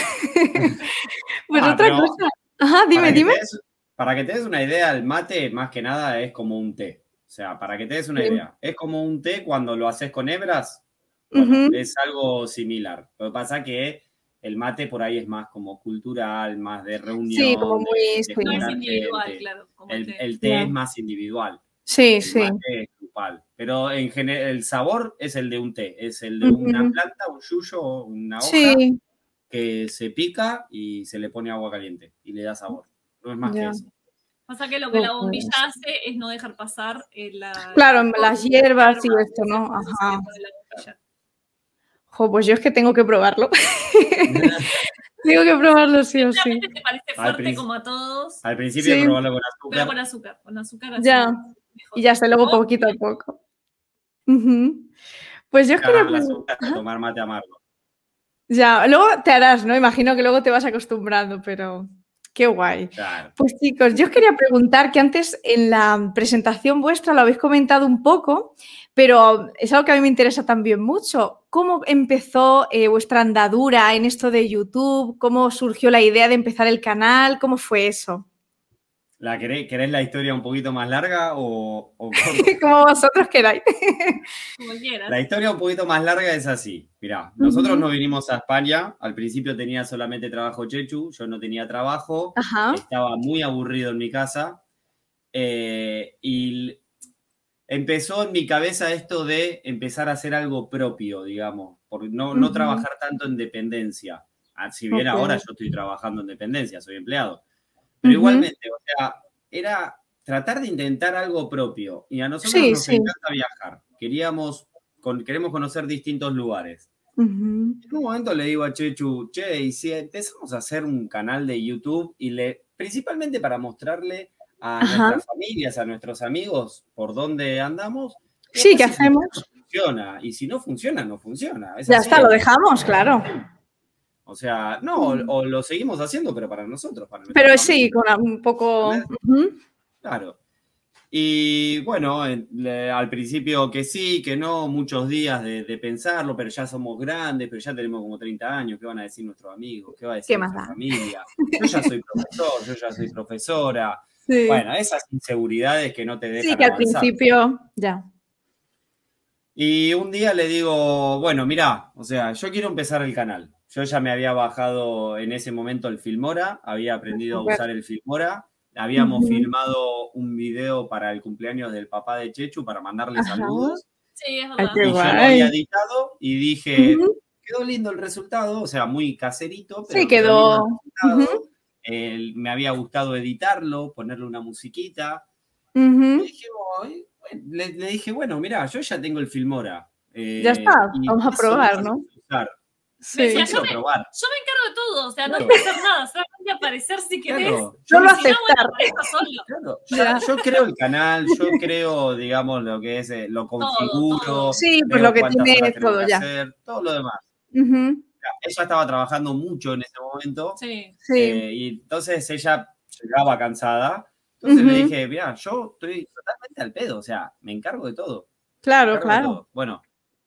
Pues ah, otra cosa. Ajá, dime, para dime. Que des, para que te des una idea, el mate más que nada es como un té. O sea, para que te des una sí. idea, es como un té cuando lo haces con hebras. Bueno, uh-huh. es algo similar. Lo que pasa es que el mate por ahí es más como cultural, más de reunión. Sí, como muy... De, de no es individual, gente. Claro. Como el, té, el té yeah. es más individual. Sí, el sí. Mate es grupal. Pero en general el sabor es el de un té. Es el de uh-huh. una planta, un yuyo, una hoja sí. que se pica y se le pone agua caliente y le da sabor. No es más yeah. que eso. Pasa que lo que la bombilla hace es no dejar pasar la... Claro, las hierbas y esto, ¿no? Ajá. Jo, pues yo es que tengo que probarlo. Tengo que probarlo sí o sí. Te parece fuerte princi- como a todos. Al principio sí. probarlo con azúcar. Pero con azúcar, con azúcar así. Ya. Mejor. Y ya sé, luego oh, poquito a poco. Uh-huh. Pues yo es que... el azúcar para tomar mate amargo. Ya, luego te harás, ¿no? Imagino que luego te vas acostumbrando, pero... Qué guay. Claro. Pues chicos, yo os quería preguntar que antes en la presentación vuestra lo habéis comentado un poco, pero es algo que a mí me interesa también mucho. ¿Cómo empezó eh, vuestra andadura en esto de YouTube? ¿Cómo surgió la idea de empezar el canal? ¿Cómo fue eso? ¿La queréis, ¿Querés la historia un poquito más larga o, o como vosotros queráis? Como quieras. La historia un poquito más larga es así. Mirá, nosotros uh-huh. no vinimos a España. Al principio tenía solamente trabajo Chechu. Yo no tenía trabajo. Uh-huh. Estaba muy aburrido en mi casa. Eh, y empezó en mi cabeza esto de empezar a hacer algo propio, digamos. Por no, uh-huh. no trabajar tanto en dependencia. Si bien okay. ahora yo estoy trabajando en dependencia, soy empleado. Pero uh-huh. igualmente, o sea, era tratar de intentar algo propio. Y a nosotros sí, nos sí. encanta viajar. Queríamos, con, queremos conocer distintos lugares. Uh-huh. En un momento le digo a Chechu, che, y si empezamos a hacer un canal de YouTube, y le, principalmente para mostrarle a uh-huh. nuestras familias, a nuestros amigos, por dónde andamos. Sí, ¿qué hacemos? Funciona. Y si no funciona, no funciona. Es ya así. está, lo dejamos, claro. O sea, no, o, o lo seguimos haciendo, pero para nosotros. Para pero sí, con un poco... Uh-huh. Claro. Y bueno, le, al principio que sí, que no, muchos días de, de pensarlo, pero ya somos grandes, pero ya tenemos como treinta años, ¿qué van a decir nuestros amigos? ¿Qué va a decir nuestra familia? Yo ya soy profesor, yo ya soy profesora. Sí. Bueno, esas inseguridades que no te dejan Sí, que avanzar. Al principio, ya. Y un día le digo, bueno, mirá, o sea, yo quiero empezar el canal. Yo ya me había bajado en ese momento el Filmora, había aprendido a usar el Filmora. Habíamos uh-huh. filmado un video para el cumpleaños del papá de Chechu para mandarle Ajá. saludos. Sí, es verdad. Y yo lo había editado y dije, uh-huh. quedó lindo el resultado, o sea, muy caserito. Pero sí, quedó. quedó uh-huh. eh, me había gustado editarlo, ponerle una musiquita. Uh-huh. Y dije, oh, le, le dije, bueno, mirá, yo ya tengo el Filmora. Eh, ya está, vamos a probar, ¿no? Usar. Sí, o sea, yo, me, yo me encargo de todo, o sea, claro. no tengo que hacer nada, solamente aparecer si querés. Claro. Yo lo aceptar. Claro. Yo, yo creo el canal, yo creo, digamos, lo que es, lo configuro. Todo, todo. Sí, pues lo que tiene todo ya. Hacer, todo lo demás. Uh-huh. Ella estaba trabajando mucho en ese momento. Sí. sí. Eh, y entonces ella llegaba cansada. Entonces uh-huh. le dije, mira, yo estoy totalmente al pedo, o sea, me encargo de todo. Claro, claro. Todo. Bueno.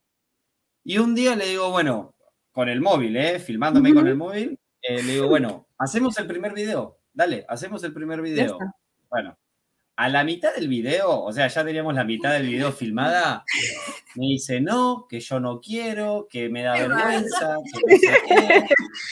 Y un día le digo, bueno, con el móvil, ¿eh? Filmándome uh-huh. con el móvil, eh, le digo, bueno, hacemos el primer video, dale, hacemos el primer video. Bueno, a la mitad del video, o sea, ya teníamos la mitad del video filmada, me dice, no, que yo no quiero, que me da vergüenza, que no sé qué.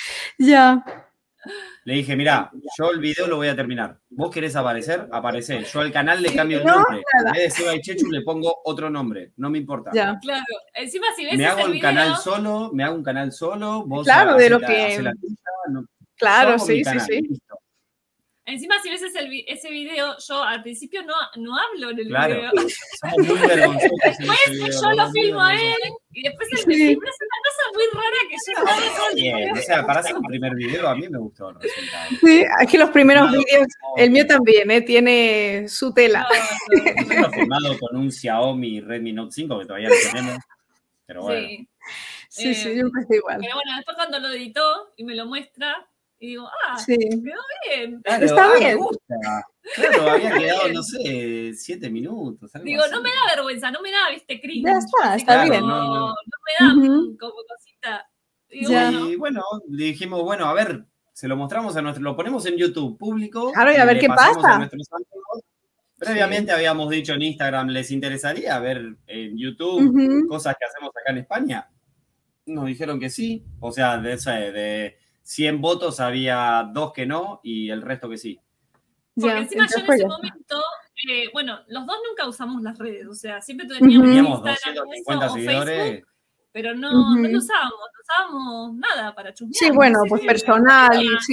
Ya. Le dije, mirá, yo el video lo voy a terminar. ¿Vos querés aparecer? Aparecé. Yo al canal le cambio el nombre. En vez de Seba y Chechu le pongo otro nombre. No me importa. Ya. Claro. Encima si ves me hago el un canal solo, me hago un canal solo. Vos claro, de lo la, que... la tuya, no. Claro, sí, sí, sí. Listo. Encima, si ves ese, ese video, yo al principio no, no hablo en el claro. video. Somos muy vergonzosos. Después video, yo lo filmo a él y después él me filma. Es una cosa muy rara que yo no hago. Bien, o sea, para hacer un primer video a mí me gustó el resultado. Sí, es que los primeros videos, el mío también, ¿eh? Tiene su tela. Nosotros no, no. filmado con un Xiaomi Redmi Note cinco que todavía lo tenemos. Pero bueno. Sí, sí, eh, sí yo empecé igual. Pero bueno, después cuando lo editó y me lo muestra, y digo, ah, sí. quedó bien. Claro, está ah, bien. Me gusta. Claro, había quedado, no sé, siete minutos. Algo digo, así. no me da vergüenza, no me da, viste, cringe. Ya está, está claro, bien. No, no. no me da uh-huh. como cosita. Digo, ya. bueno. Y bueno, le dijimos, bueno, a ver, se lo mostramos a nuestro, lo ponemos en YouTube público. Claro, y a ver qué pasa. Previamente sí. habíamos dicho en Instagram, ¿les interesaría ver en YouTube uh-huh. cosas que hacemos acá en España? Nos dijeron que sí, o sea, de, de cien votos había dos que no y el resto que sí. Porque ya, encima yo en ese momento, eh, bueno, los dos nunca usamos las redes, o sea, siempre teníamos, uh-huh. Instagram, doscientos cincuenta eso, seguidores. O Facebook, pero no, uh-huh. no lo usábamos, no usábamos nada para chusmear. Sí, bueno, no sé, pues personal, y sí.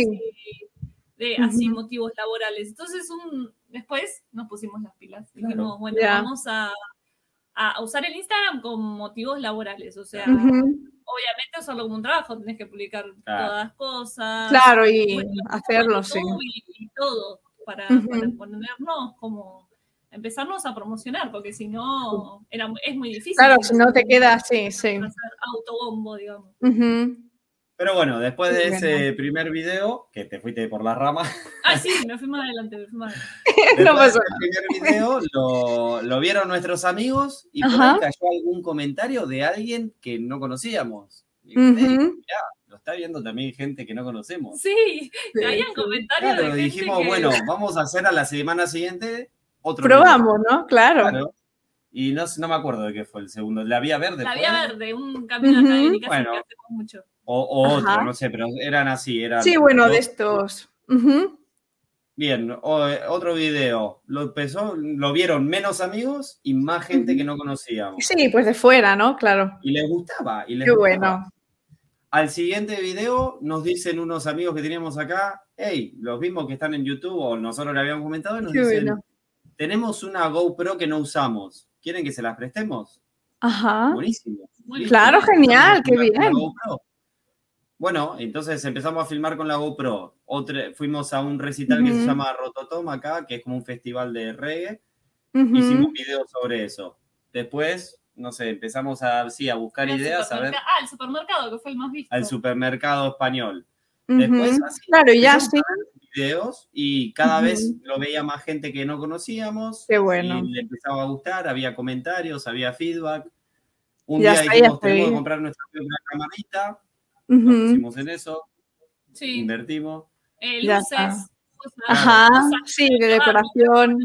De, así, uh-huh. motivos laborales. Entonces, un, después nos pusimos las pilas. Dijimos, claro. bueno, yeah. vamos a, a usar el Instagram con motivos laborales, o sea... Uh-huh. Obviamente usarlo como un trabajo, tenés que publicar claro. todas las cosas. Claro, y bueno, hacerlo, sí. Y, y todo, para, uh-huh. para ponernos como, empezarnos a promocionar, porque si no, era, es muy difícil. Claro, si no te queda, sí, sí. Hacer autobombo, digamos. Uh-huh. Pero bueno, después de ese primer video, que te fuiste por la rama. Ah, sí, me fui más adelante, me fui más adelante. No pasó. El primer video lo, lo vieron nuestros amigos y por ahí cayó algún comentario de alguien que no conocíamos. Y uh-huh. hey, mirá, lo está viendo también gente que no conocemos. Sí, sí habían sí. comentarios claro, de gente dijimos, que... bueno, vamos a hacer a la semana siguiente otro Probamos, video. ¿no? Claro. claro. Y no, no me acuerdo de qué fue el segundo. ¿La Vía Verde? La fue? Vía Verde, un camino uh-huh. académico bueno. que hacemos mucho. O, o otro, no sé, pero eran así. Eran sí, bueno, dos. de estos. Uh-huh. Bien, o, otro video. Lo empezó, lo vieron menos amigos y más gente uh-huh. que no conocíamos. Sí, pues de fuera, ¿no? Claro. Y les gustaba. Y les Qué gustaba. bueno. Al siguiente video nos dicen unos amigos que teníamos acá, hey, los mismos que están en YouTube o nosotros le habíamos comentado y nos Qué dicen, bueno. tenemos una GoPro que no usamos. ¿Quieren que se las prestemos? Ajá. Buenísimo. Listo. Claro, genial, qué bien. Bueno, entonces empezamos a filmar con la GoPro. Otra, fuimos a un recital uh-huh. que se llama Rototom acá, que es como un festival de reggae. Uh-huh. Hicimos videos sobre eso. Después, no sé, empezamos a, sí, a buscar el ideas. A ver, ah, el supermercado, que fue el más visto. Al supermercado español. Uh-huh. Después, así, claro, ya sí. videos y cada uh-huh. vez lo veía más gente que no conocíamos. Qué bueno. Y le empezaba a gustar, había comentarios, había feedback. Un ya día está, dijimos, tenemos que comprar nuestra propia camarita. Uh-huh. Nos pusimos en eso. Sí. Invertimos. Eh, luces. Ajá, cosas, sí, de decoración.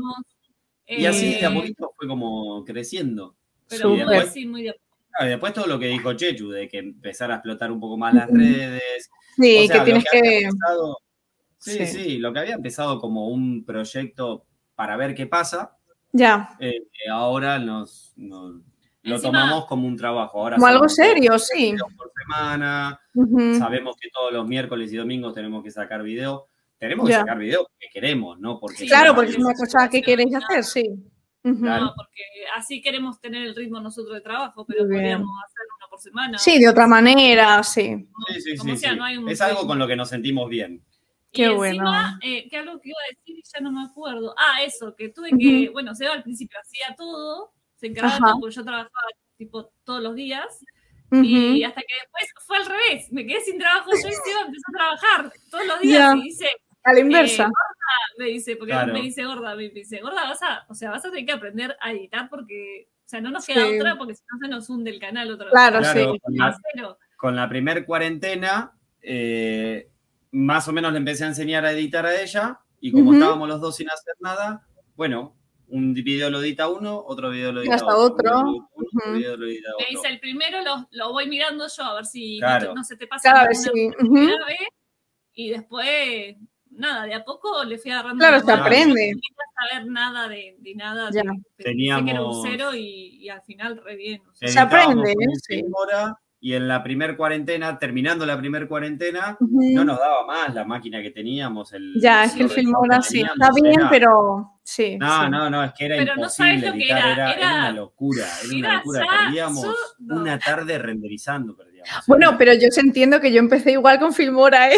Y así de a poquito fue como creciendo. Pero después, sí, muy de a poco. Claro, y después todo lo que dijo Chechu, de que empezar a explotar un poco más las redes. Sí, o sea, que tienes que... que... Empezado, sí, sí, sí, lo que había empezado como un proyecto para ver qué pasa. Ya. Eh, ahora nos, nos lo Encima, tomamos como un trabajo. Ahora como algo serio, sí. Por semana. Uh-huh. Sabemos que todos los miércoles y domingos tenemos que sacar video. Tenemos que ya. sacar video porque queremos, ¿no? Porque sí, claro, porque es una cosa que queréis hacer, sí. Uh-huh. No, porque así queremos tener el ritmo nosotros de trabajo, pero podríamos hacer uno por semana. Sí, de otra manera, sí. Sí, sí, Como sí, sea, sí. no hay un es algo con lo que nos sentimos bien. Y Qué encima, bueno. Eh, que algo que iba a decir y ya no me acuerdo. Ah, eso, que tuve que, uh-huh. bueno, Seba al principio hacía todo, se encargaba de todo, porque yo trabajaba tipo todos los días. Uh-huh. Y hasta que después fue al revés, me quedé sin trabajo yo y Seba empezó a trabajar todos los días yeah. y dice... A la inversa. Eh, gorda, me dice, porque claro. me dice gorda, me dice, gorda, vas a, o sea, vas a tener que aprender a editar porque, o sea, no nos queda sí. otra porque si no se nos hunde el canal otra vez. Claro, claro, sí. Con la, con la primer cuarentena, eh, más o menos le empecé a enseñar a editar a ella y como uh-huh. estábamos los dos sin hacer nada, bueno, un video lo edita uno, otro video lo edita hasta otro. otro. Uno, uh-huh. video lo edita me otro. dice, el primero lo, lo voy mirando yo a ver si claro. no, no se te pasa claro, una sí. primera uh-huh. vez y después... Nada, de a poco le fui agarrando. Claro, se aprende. No quería saber nada de, de nada. Ya. De, de, Teníamos... Sé que era un cero y, y al final re bien. O sea, se aprende, sí. Hora, y en la primer cuarentena, terminando la primer cuarentena, uh-huh. no nos daba más la máquina que teníamos. El, ya, es que el Filmora sí está bien, era... pero sí. No, sí. no, no, es que era pero imposible no sabes lo que editar, era. Era, Era, era una locura, era, era una locura. Ya, perdíamos yo, una tarde renderizando, perdíamos. Bueno, era... pero yo os entiendo que yo empecé igual con Filmora, ¿eh?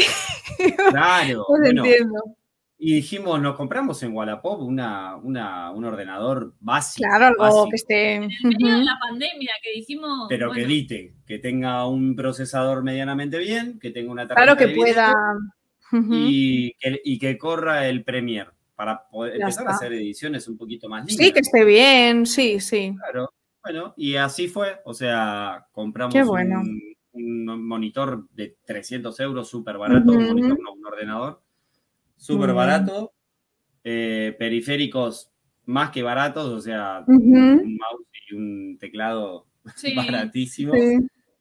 Claro. Os bueno, entiendo. Y dijimos, nos compramos en Wallapop una, una, un ordenador básico. Claro, algo básico. que esté... En el medio uh-huh. de la pandemia, que dijimos... Pero bueno. que edite, que tenga un procesador medianamente bien, que tenga una tarjeta Claro, que de pueda... video, uh-huh. y, que, y que corra el Premiere para poder ya empezar está. a hacer ediciones un poquito más lindas. Sí, que esté bien, sí, sí. Claro, bueno, y así fue. O sea, compramos Qué bueno. un, un monitor de trescientos euros, súper barato, uh-huh. un monitor, no, un ordenador. Súper barato, eh, periféricos más que baratos, o sea, uh-huh. un mouse y un teclado sí. baratísimo. Sí.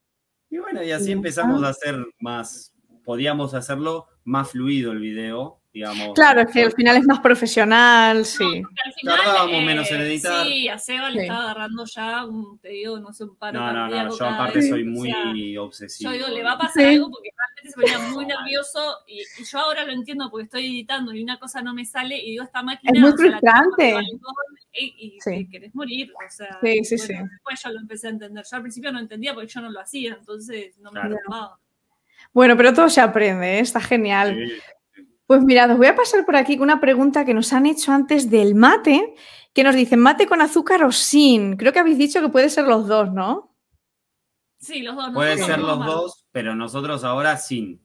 Y bueno, y así sí. empezamos a hacer más, podíamos hacerlo más fluido el video, digamos. Claro, es que al final es más profesional, sí. No, al final, tardábamos eh, menos en editar. Sí, a Seba le sí. estaba agarrando ya, un, te digo, no sé, un paro No, no, no, yo aparte vez. soy muy o sea, obsesivo. Yo digo, le va a pasar sí. algo porque realmente se ponía muy nervioso y, y yo ahora lo entiendo porque estoy editando y una cosa no me sale y digo, esta máquina... Es muy o sea, frustrante. Y, y sí. te querés morir, o sea... Sí, sí, bueno, sí. Después yo lo empecé a entender. Yo al principio no entendía porque yo no lo hacía, entonces no me claro. preocupaba. Bueno, pero todo se aprende, ¿eh? Está genial. Sí. Pues mirad, os voy a pasar por aquí con una pregunta que nos han hecho antes del mate, que nos dicen, ¿mate con azúcar o sin? Creo que habéis dicho que puede ser los dos, ¿no? Sí, los dos. Puede ser los mal. dos, pero nosotros ahora sin.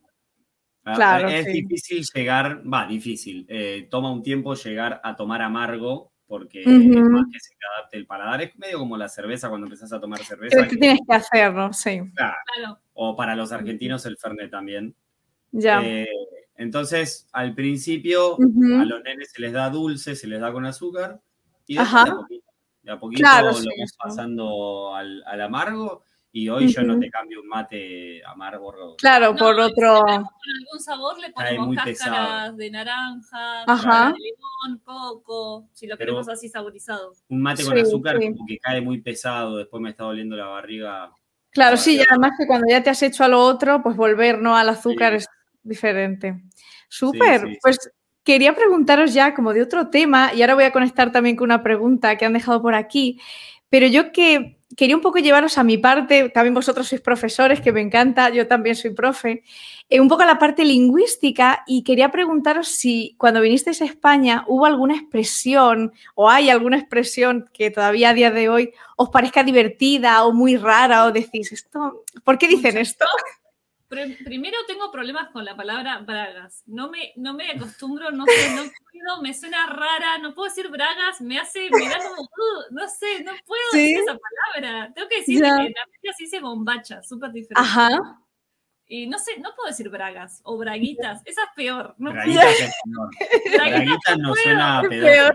Claro, es sí. difícil llegar, va, difícil, eh, toma un tiempo llegar a tomar amargo, porque uh-huh. es más que se te adapte el paladar. Es medio como la cerveza cuando empezás a tomar cerveza. Pero que tienes que hacerlo, sí. Claro. claro. O para los argentinos el Fernet también. Ya. Eh, Entonces, al principio, uh-huh. a los nenes se les da dulce, se les da con azúcar, y después de a poquito, de a poquito claro, lo sí, vas eso. pasando al, al amargo, y hoy uh-huh. yo no te cambio un mate amargo. Claro, no, por si otro... con algún sabor le ponemos cáscaras pesado. de naranja, Ajá. de limón, coco, si lo Pero queremos así saborizado. Un mate sí, con azúcar sí. como que cae muy pesado, después me está doliendo la barriga. Claro, sí, y además que cuando ya te has hecho a lo otro, pues volver ¿no? al azúcar sí. es diferente. Súper, sí, sí, pues sí. Quería preguntaros ya como de otro tema, y ahora voy a conectar también con una pregunta que han dejado por aquí, pero yo que quería un poco llevaros a mi parte, también vosotros sois profesores, que me encanta, yo también soy profe, eh, un poco a la parte lingüística, y quería preguntaros si cuando vinisteis a España hubo alguna expresión o hay alguna expresión que todavía a día de hoy os parezca divertida o muy rara o decís, esto, ¿por qué dicen esto? Primero tengo problemas con la palabra bragas. No me, no me acostumbro, no sé, no puedo, me suena rara, no puedo decir bragas, me hace, me da como, uh, no sé, no puedo ¿Sí? decir esa palabra. Tengo que decir, yeah. que en América se dice bombacha, súper diferente. Ajá. Y no sé, no puedo decir bragas o braguitas, esa es peor. No braguitas puedo. Es peor. Braguitas, braguitas no, no suena a peor.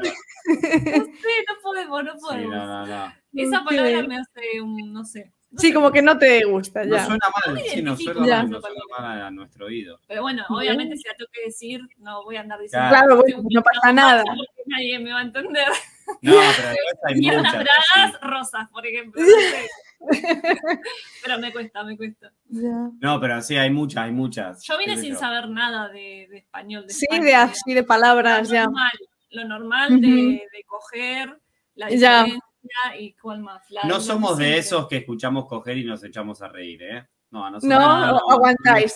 No sé, no podemos, no podemos. Sí, no, no, no. Esa okay. palabra me hace un, no sé. No sí, sé. Como que no te gusta, ya. No suena mal, no sí, no suena, mal, no suena mal a nuestro oído. Pero bueno, obviamente si la tengo que decir, no voy a andar diciendo. Claro, bueno, no pasa nada. Porque nadie me va a entender. No, pero hay Quiero muchas. unas bragas sí. rosas, por ejemplo. No sé. Pero me cuesta, me cuesta. Yeah. No, pero sí, hay muchas, hay muchas. Yo vine sin yo. saber nada de, de español. De sí, España, de así, de palabras, lo ya. Normal, lo normal uh-huh. de, de coger, la diferencia yeah. y cuál más. La, no somos de esos que escuchamos coger y nos echamos a reír, ¿eh? No, a nosotros no, no, no aguantáis.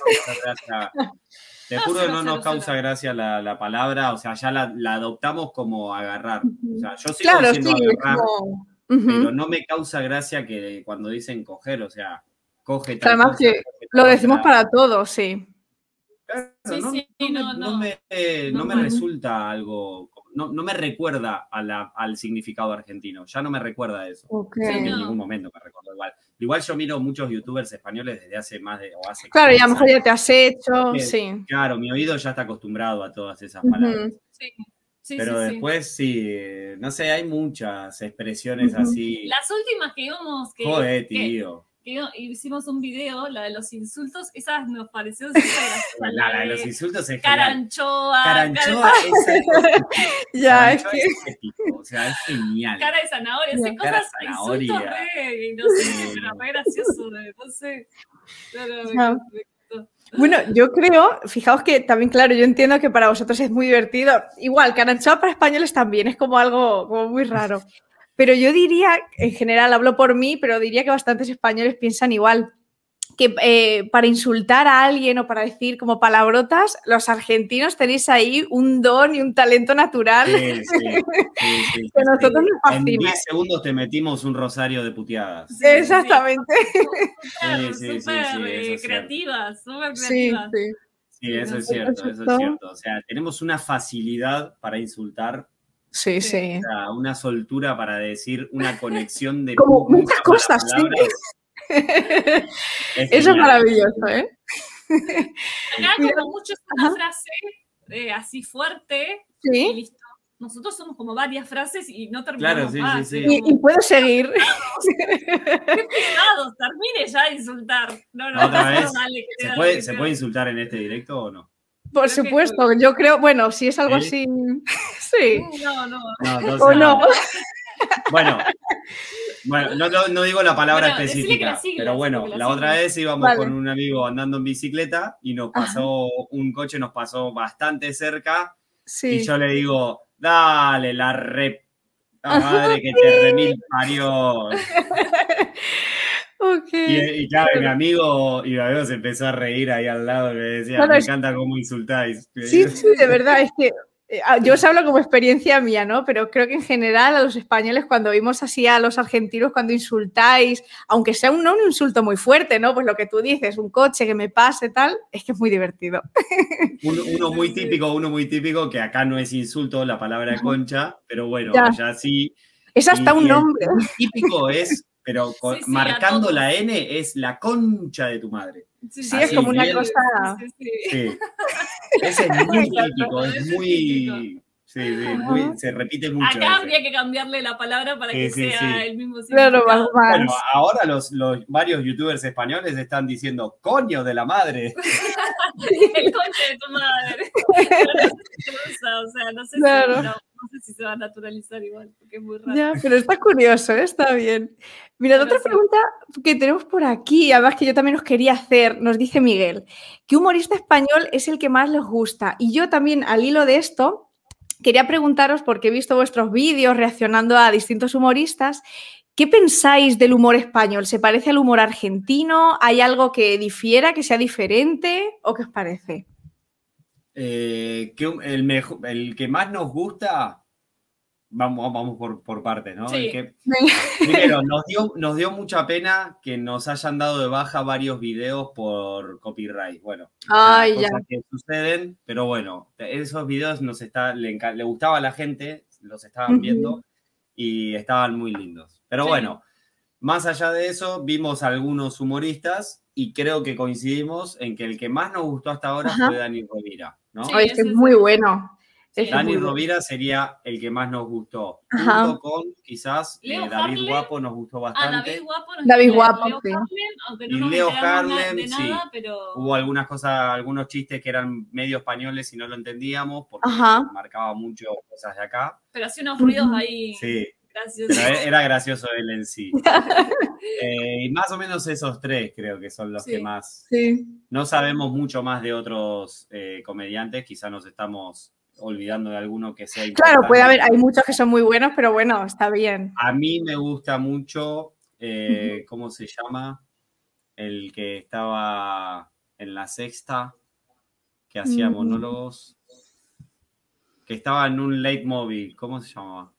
No Te juro que no nos causa gracia la, la palabra, o sea, ya la, la adoptamos como agarrar. O sea, yo sigo claro, diciendo sí, agarrar, como... pero no me causa gracia que cuando dicen coger, o sea, coge tal Además cosa, que lo decimos para todos, sí. Claro, sí, no, sí, no, no, no, no, me, no me resulta algo, no, no me recuerda a la, al significado argentino, ya no me recuerda a eso. Okay. Sí, no. En ningún momento me recuerdo igual. Igual yo miro muchos youtubers españoles desde hace más de... O hace claro, y a lo mejor ya te has hecho, que, sí. Claro, mi oído ya está acostumbrado a todas esas palabras. Uh-huh. Sí. Sí, pero sí, después sí. sí, no sé, hay muchas expresiones uh-huh. así. Las últimas que íbamos... Que, Joder, tío. Que, hicimos un video, la de los insultos, esas nos pareció súper graciosa. La, la de los insultos es Caranchoa. Caranchoa car... es Ya, es que... Es épico, o sea, es genial. Cara de zanahoria, hace cosas, insultos re, no sé, pero re gracioso, no sé. Pero, no. Bueno, yo creo, fijaos que también, claro, yo entiendo que para vosotros es muy divertido. Igual, caranchoa para españoles también, es como algo como muy raro. Pero yo diría, en general, hablo por mí, pero diría que bastantes españoles piensan igual, que eh, para insultar a alguien o para decir como palabrotas, los argentinos tenéis ahí un don y un talento natural sí, sí, sí, sí, que a nosotros sí. nos fascina. En diez segundos te metimos un rosario de puteadas. Sí, exactamente. Sí, sí, súper sí, sí, creativas, súper creativas. Sí, sí. Sí, eso es cierto, eso es cierto. O sea, tenemos una facilidad para insultar. Sí, sí. O sea, una soltura para decir una conexión de como muchas cosas, sí. Es Eso es maravilloso, ¿eh? Acá como mucho es una frase eh, así fuerte ¿sí? Y listo. Nosotros somos como varias frases y no terminamos claro, sí, más. Sí, sí. Y, y puedo seguir. ¡Qué pesados! Termine ya de insultar. No, no, ¿Otra vez? Dale, ¿Se, puede, ¿Se puede insultar en este directo o no? Por creo supuesto, yo creo, bueno, si es algo ¿sí? así, sí. No, no. no o no. Bueno, bueno no, no, no digo la palabra bueno, específica, siglas, pero bueno, la, la otra vez íbamos vale. con un amigo andando en bicicleta y nos pasó, Ajá. un coche nos pasó bastante cerca sí. y yo le digo, dale, la re... La madre que te remil parió. Okay. Y, y claro, mi amigo, y mi amigo se empezó a reír ahí al lado y me decía, bueno, me encanta cómo insultáis. Sí, sí, de verdad, es que yo os hablo como experiencia mía, ¿no? Pero creo que en general a los españoles cuando vimos así a los argentinos cuando insultáis, aunque sea un, no un insulto muy fuerte, ¿no? Pues lo que tú dices, un coche que me pase, tal, es que es muy divertido. Uno, uno muy típico, uno muy típico, que acá no es insulto la palabra concha, pero bueno, ya. allá sí. Es hasta y, un y nombre. El muy típico es, pero con, sí, sí, marcando la N, es la concha de tu madre. Sí, sí es como una cosa... Sí, sí. sí. Ese es muy típico, es muy... Sí, sí, muy, se repite mucho. Acá ese. Habría que cambiarle la palabra para sí, que sí, sea sí. el mismo significado. Claro, más. Bueno, ahora los, los varios youtubers españoles están diciendo coño de la madre. El coño de tu madre. Pero no sé si se usa, o sea, no sé, claro. si, no, no sé si se va a naturalizar igual, porque es muy raro. Ya, pero está curioso, ¿eh? Está bien. Mira, pero otra sí. pregunta que tenemos por aquí, además que yo también os quería hacer, nos dice Miguel, ¿qué humorista español es el que más les gusta? Y yo también, al hilo de esto, quería preguntaros, porque he visto vuestros vídeos reaccionando a distintos humoristas, ¿qué pensáis del humor español? ¿Se parece al humor argentino? ¿Hay algo que difiera, que sea diferente? ¿O qué os parece? Eh, que el, mejor, el que más nos gusta, Vamos, vamos por, por partes, ¿no? Sí. Que, primero, nos dio, nos dio mucha pena que nos hayan dado de baja varios videos por copyright. Bueno, Ay, cosas ya. que suceden, pero bueno, esos videos nos está, le, le gustaba a la gente, los estaban uh-huh. viendo y estaban muy lindos. Pero sí. Bueno, más allá de eso, vimos algunos humoristas y creo que coincidimos en que el que más nos gustó hasta ahora Ajá. fue Dani Rovira, ¿no? Sí, este es muy bueno. Sí, Dani Rovira sería el que más nos gustó. Ajá. Junto con, quizás, eh, David Harlem. Guapo nos gustó bastante. Ah, David Guapo. Nos David Guapo, Leo sí. Harlem, aunque no y nos Leo Harlem, de sí. nada, pero... Hubo algunas cosas, algunos chistes que eran medio españoles y no lo entendíamos porque Ajá. marcaba mucho cosas de acá. Pero hacía unos ruidos ahí. Sí. Graciosos. Pero era gracioso él en sí. eh, y más o menos esos tres creo que son los sí. que más... Sí. No sabemos mucho más de otros eh, comediantes, quizás nos estamos... olvidando de alguno que sea importante. Claro, puede haber, hay muchos que son muy buenos, pero bueno, está bien. A mí me gusta mucho, eh, ¿cómo se llama? El que estaba en La Sexta, que hacía monólogos, que estaba en un leitmotiv, ¿cómo se llamaba?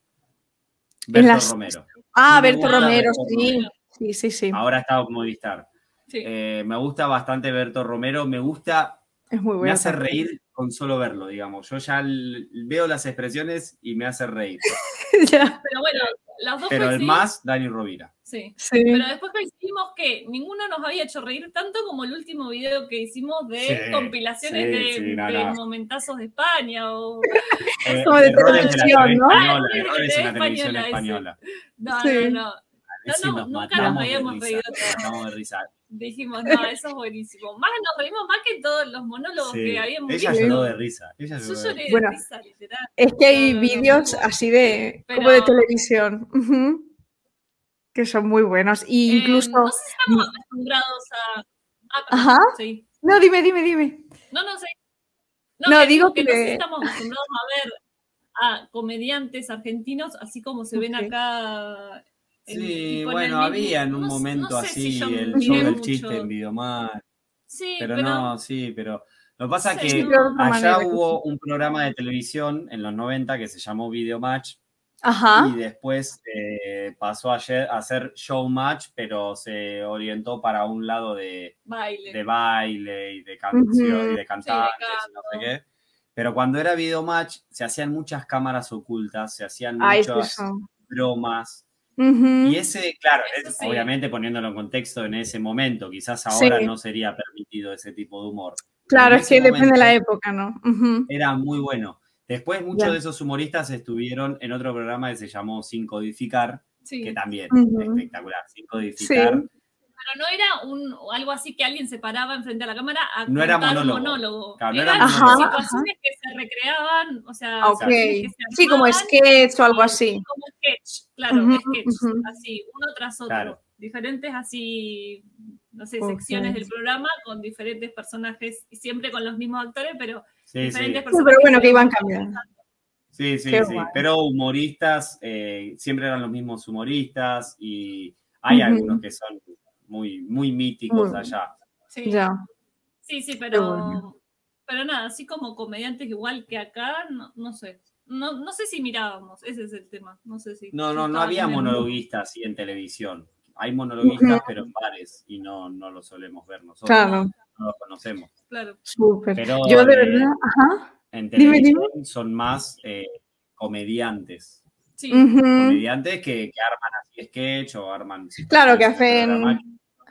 Berto las... Romero. Ah, Berto Romero, Berto sí. Romero. sí, sí, sí. Ahora está en Movistar. Sí. Eh, me gusta bastante Berto Romero, me gusta, es muy bueno, me hace reír con solo verlo, digamos. Yo ya veo las expresiones y me hace reír. ya. Pero bueno, las dos Pero el más, Dani Rovira. Sí. sí. Pero después coincidimos que ninguno nos había hecho reír tanto como el último video que hicimos de sí, compilaciones sí, de, sí, no, de no. momentazos de España o... Eh, como de televisión, ¿no? Española, errores en la televisión española. No, sí. no, no. No, no, nunca nos habíamos reído tanto. de risa. Dijimos, no, eso es buenísimo. Más nos reímos más que todos los monólogos sí. que habíamos Ella visto. lloró de risa. Ella Yo lloró lloré de, de bueno, risa, literal. Es que hay no, vídeos no, no, así de, pero, como de televisión, uh-huh, que son muy buenos. Y eh, incluso... No sé si estamos acostumbrados a... Ah, perdón, Ajá. Sí. No, dime, dime, dime. No, no sé. No, no que digo que... que... No sé si estamos acostumbrados a ver a comediantes argentinos así como se ven okay. acá... Sí, bueno, había en un no, momento no así si el show del mucho. Chiste en Videomar. Sí, pero, pero no, sí, pero lo que pasa es sí, que no. allá hubo un programa de televisión en los noventa que se llamó Videomatch. Ajá. Y después eh, pasó a, a ser Showmatch, pero se orientó para un lado de baile, de baile y de canción uh-huh. y de cantantes sí, de y no sé qué. Pero cuando era Videomatch se hacían muchas cámaras ocultas, se hacían Ay, muchas sí, bromas. Uh-huh. Y ese, claro, es, sí. obviamente poniéndolo en contexto en ese momento, quizás ahora sí. no sería permitido ese tipo de humor. Claro, es que depende de la época, ¿no? Uh-huh. Era muy bueno. Después muchos yeah. de esos humoristas estuvieron en otro programa que se llamó Sin Codificar, sí. que también uh-huh. es espectacular. Sin Codificar. Sí. Pero no era un, algo así que alguien se paraba enfrente a la cámara a no contar era monólogo. un monólogo. Claro, no eran era ajá, monólogo. situaciones ajá. que se recreaban, o sea, okay. que se sí, como sketch o algo así. Como sketch, claro, uh-huh, sketch, uh-huh. así, uno tras otro. Claro. Diferentes así, no sé, okay. secciones del programa con diferentes personajes, y siempre con los mismos actores, pero sí, diferentes sí. personajes. Sí, pero bueno, que iban cambiando. Sí, sí, Qué sí. guay. Pero humoristas, eh, siempre eran los mismos humoristas y hay uh-huh. algunos que son muy, muy míticos muy allá. Sí. Ya. Sí, sí, pero, bueno. pero nada, así como comediantes igual que acá, no, no sé. No, no sé si mirábamos, ese es el tema. No sé si. No, no, si no había bien. monologuistas así en televisión. Hay monologuistas, uh-huh. pero en bares, y no, no los solemos ver nosotros. Claro. No los conocemos. Claro. Súper. Pero yo de eh, verdad, ajá. En televisión dime, dime. son más eh, comediantes. Sí. Uh-huh. Comediantes que, que arman así sketch o arman... Claro, que hacen...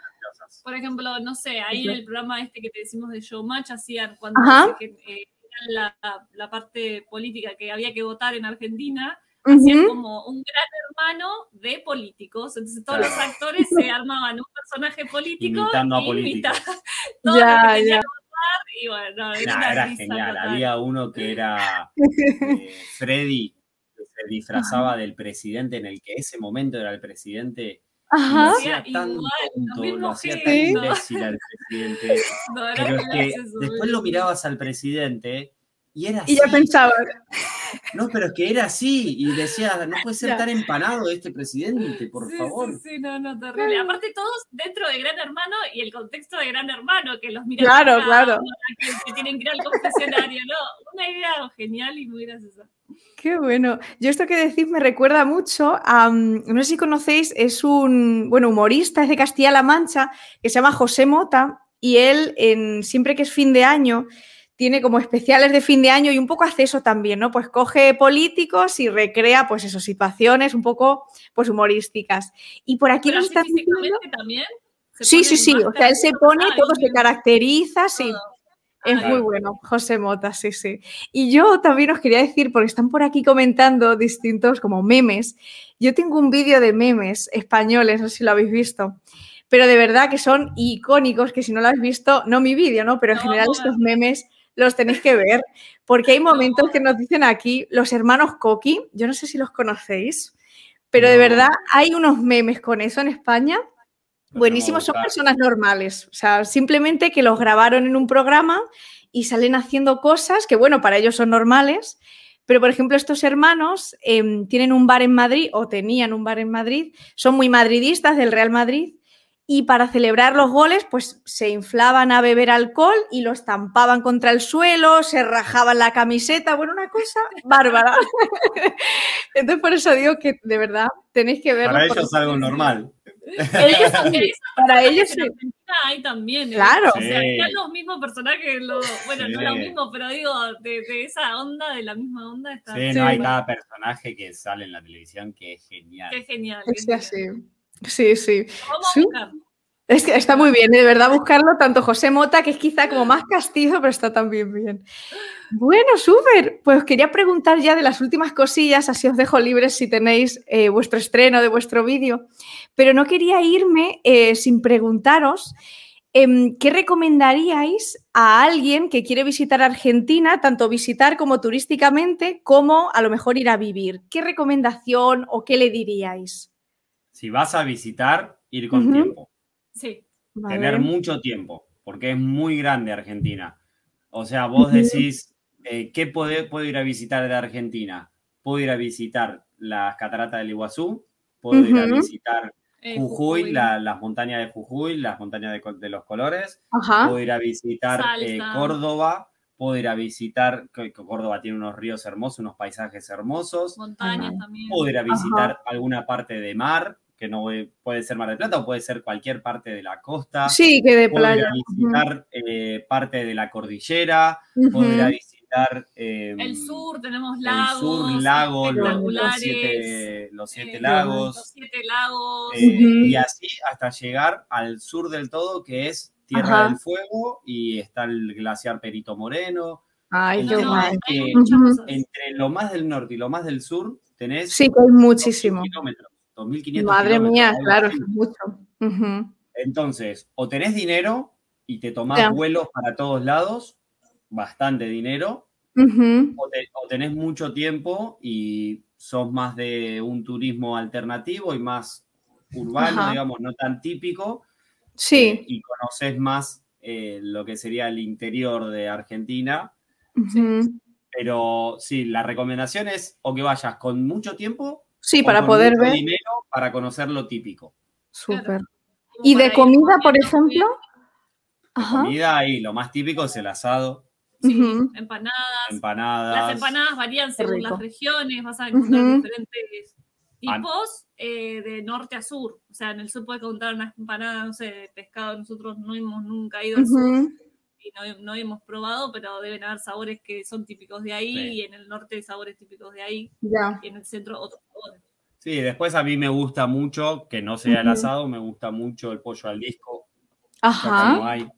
Por ejemplo, no sé, ahí en el programa este que te decimos de Showmatch hacían cuando se, eh, la, la parte política que había que votar en Argentina, uh-huh. hacían como un gran hermano de políticos. Entonces todos claro. los actores se armaban un personaje político imitando a y políticos. todo ya, lo que tenía ya. que votar. Y bueno, era, nah, era genial. Total. Había uno que era eh, Freddy, que se disfrazaba uh-huh. del presidente en el que ese momento era el presidente. Ajá. Y lo hacía tan igual, tonto, lo hacía sí. tan imbécil al presidente. No, pero es que después lo mirabas al presidente y era así. Y ya pensaba. No, pero es que era así. Y decía, no puede ser ya. tan empanado este presidente, por sí, favor. Sí, sí, no, no, terrible. Aparte todos dentro de Gran Hermano y el contexto de Gran Hermano, que los miran claro, acá, claro. Que, que tienen que ir al confesionario, ¿no? Una idea genial y muy graciosa. Qué bueno. Yo esto que decís me recuerda mucho a, no sé si conocéis, es un, bueno, humorista, es de Castilla-La Mancha, que se llama José Mota, y él, en, siempre que es fin de año, tiene como especiales de fin de año y un poco hace eso también, ¿no? Pues coge políticos y recrea, pues eso, situaciones un poco, pues humorísticas. Y por aquí ¿Pero nos así están físicamente diciendo... también? Sí, sí, sí, o sea, él se pone, ah, todo se caracteriza, sí. Todo. Es muy bueno, José Mota, sí, sí. Y yo también os quería decir, porque están por aquí comentando distintos como memes. Yo tengo un vídeo de memes españoles, no sé si lo habéis visto, pero de verdad que son icónicos, que si no lo habéis visto, no mi vídeo, ¿no? Pero en no, general estos memes los tenéis que ver, porque hay momentos no. que nos dicen aquí los hermanos Coqui, yo no sé si los conocéis, pero no. de verdad hay unos memes con eso en España. Buenísimos, son personas normales, o sea, simplemente que los grabaron en un programa y salen haciendo cosas que, bueno, para ellos son normales, pero, por ejemplo, estos hermanos eh, tienen un bar en Madrid, o tenían un bar en Madrid, son muy madridistas del Real Madrid, y para celebrar los goles, pues se inflaban a beber alcohol y lo estampaban contra el suelo, se rajaban la camiseta, bueno, una cosa bárbara. Entonces, por eso digo que, de verdad, tenéis que verlo. Para ellos es algo normal. Ellos, okay, para ellos en Argentina hay también, claro, o sea, están los mismos personajes, lo, bueno, sí. no lo mismo, pero digo, de, de esa onda, de la misma onda está. Sí, sí, no hay cada personaje que sale en la televisión que es genial. Qué genial. Es que así. Sí, sí. Vamos a buscar. Es que está muy bien, de verdad buscarlo, tanto José Mota, que es quizá como más castizo, pero está también bien. Bueno, súper. Pues os quería preguntar ya de las últimas cosillas, así os dejo libres si tenéis eh, vuestro estreno de vuestro vídeo, pero no quería irme eh, sin preguntaros eh, ¿qué recomendaríais a alguien que quiere visitar Argentina, tanto visitar como turísticamente, como a lo mejor ir a vivir? ¿Qué recomendación o qué le diríais? Si vas a visitar, ir con uh-huh. tiempo. Sí. Vale. Tener mucho tiempo, porque es muy grande Argentina. O sea, vos decís, eh, ¿qué puedo, puedo ir a visitar de Argentina? Puedo ir a visitar las cataratas del Iguazú, puedo uh-huh. ir a visitar eh, Jujuy, Jujuy. La, las montañas de Jujuy, las montañas de, de los colores, uh-huh. puedo ir a visitar eh, Córdoba, puedo ir a visitar, Córdoba tiene unos ríos hermosos, unos paisajes hermosos. Montañas uh-huh. también. Puedo ir a visitar uh-huh. alguna parte de mar, que no puede ser Mar del Plata o puede ser cualquier parte de la costa. Sí, que de puedo playa. Ir a visitar uh-huh. eh, parte de la cordillera, uh-huh. puedo ir a visitar... Eh, el sur, tenemos lagos. El sur, lagos, los, los siete, los siete eh, lagos. Los siete lagos. Eh, uh-huh. Y así hasta llegar al sur del todo, que es Tierra uh-huh. del Fuego, y está el glaciar Perito Moreno. Ay, qué guay. Eh, uh-huh. Entre lo más del norte y lo más del sur tenés... Sí, que hay muchísimo. kilómetros. dos mil quinientos Madre kilómetros, mía, claro, es mucho. Uh-huh. Entonces, o tenés dinero y te tomás yeah. vuelos para todos lados, bastante dinero, uh-huh. o, te, o tenés mucho tiempo y sos más de un turismo alternativo y más urbano, uh-huh. digamos, no tan típico, sí. eh, y conoces más eh, lo que sería el interior de Argentina. Uh-huh. Pero sí, la recomendación es o que vayas con mucho tiempo. Sí, para poder ver. Dinero para conocer lo típico. Súper. Claro. ¿Y de comida, por ejemplo? De Ajá. comida ahí, lo más típico es el asado. Sí, uh-huh. empanadas. Empanadas. Las empanadas varían según las regiones, vas a encontrar uh-huh. diferentes tipos eh, de norte a sur. O sea, en el sur puedes encontrar unas empanadas, no sé, de pescado. Nosotros no hemos nunca ido al uh-huh. sur y no, no hemos probado, pero deben haber sabores que son típicos de ahí, sí. y en el norte sabores típicos de ahí, yeah. y en el centro otros sabores. Sí, después a mí me gusta mucho, que no sea uh-huh. el asado, me gusta mucho el pollo al disco. Ajá. No hay.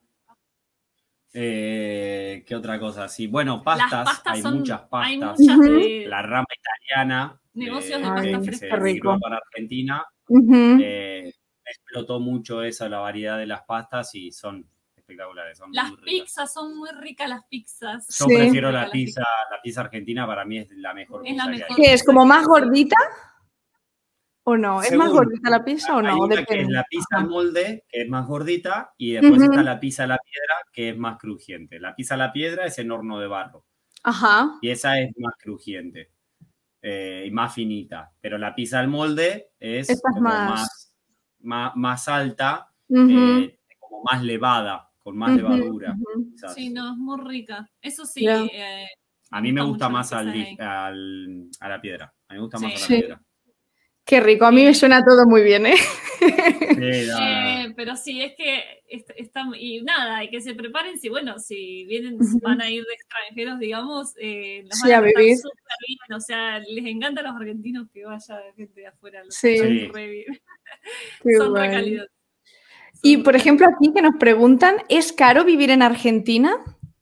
Eh, ¿Qué otra cosa? Sí, bueno, pastas, pastas hay son, muchas pastas. Hay muchas de... La rama italiana. Negocios de, de pasta que fresca. se rico. Para Argentina. Uh-huh. Eh, explotó mucho esa, la variedad de las pastas, y son espectaculares. Son las muy pizzas son muy ricas, las pizzas. Yo sí. prefiero la pizza, la pizza argentina, para mí es la mejor es pizza la mejor que hay. ¿Qué es? ¿Como más gordita? ¿O no? ¿Es Según, más gordita la pizza o no? Hay una que es la pizza al molde, que es más gordita, y después uh-huh. está la pizza a la piedra, que es más crujiente. La pizza a la piedra es en horno de barro. Ajá. Y esa es más crujiente eh, y más finita. Pero la pizza al molde es como más... Más, más, más alta, uh-huh. eh, como más levada, con más uh-huh. levadura. Uh-huh. Sí, no, es muy rica. Eso sí, yeah. eh, A mí me gusta más al, al, a la piedra. A mí me gusta sí. más a la sí. piedra. Qué rico, a mí me suena todo muy bien, ¿eh? Sí, no, eh pero sí, es que está, y nada, y que se preparen, si bueno, si vienen, uh-huh. van a ir de extranjeros, digamos, eh, los sí, van a, a vivir súper bien, o sea, les encanta a los argentinos que vaya gente de afuera, los sí. sí. Re bien. Son re cálidos. Y, por ejemplo, aquí que nos preguntan, ¿es caro vivir en Argentina?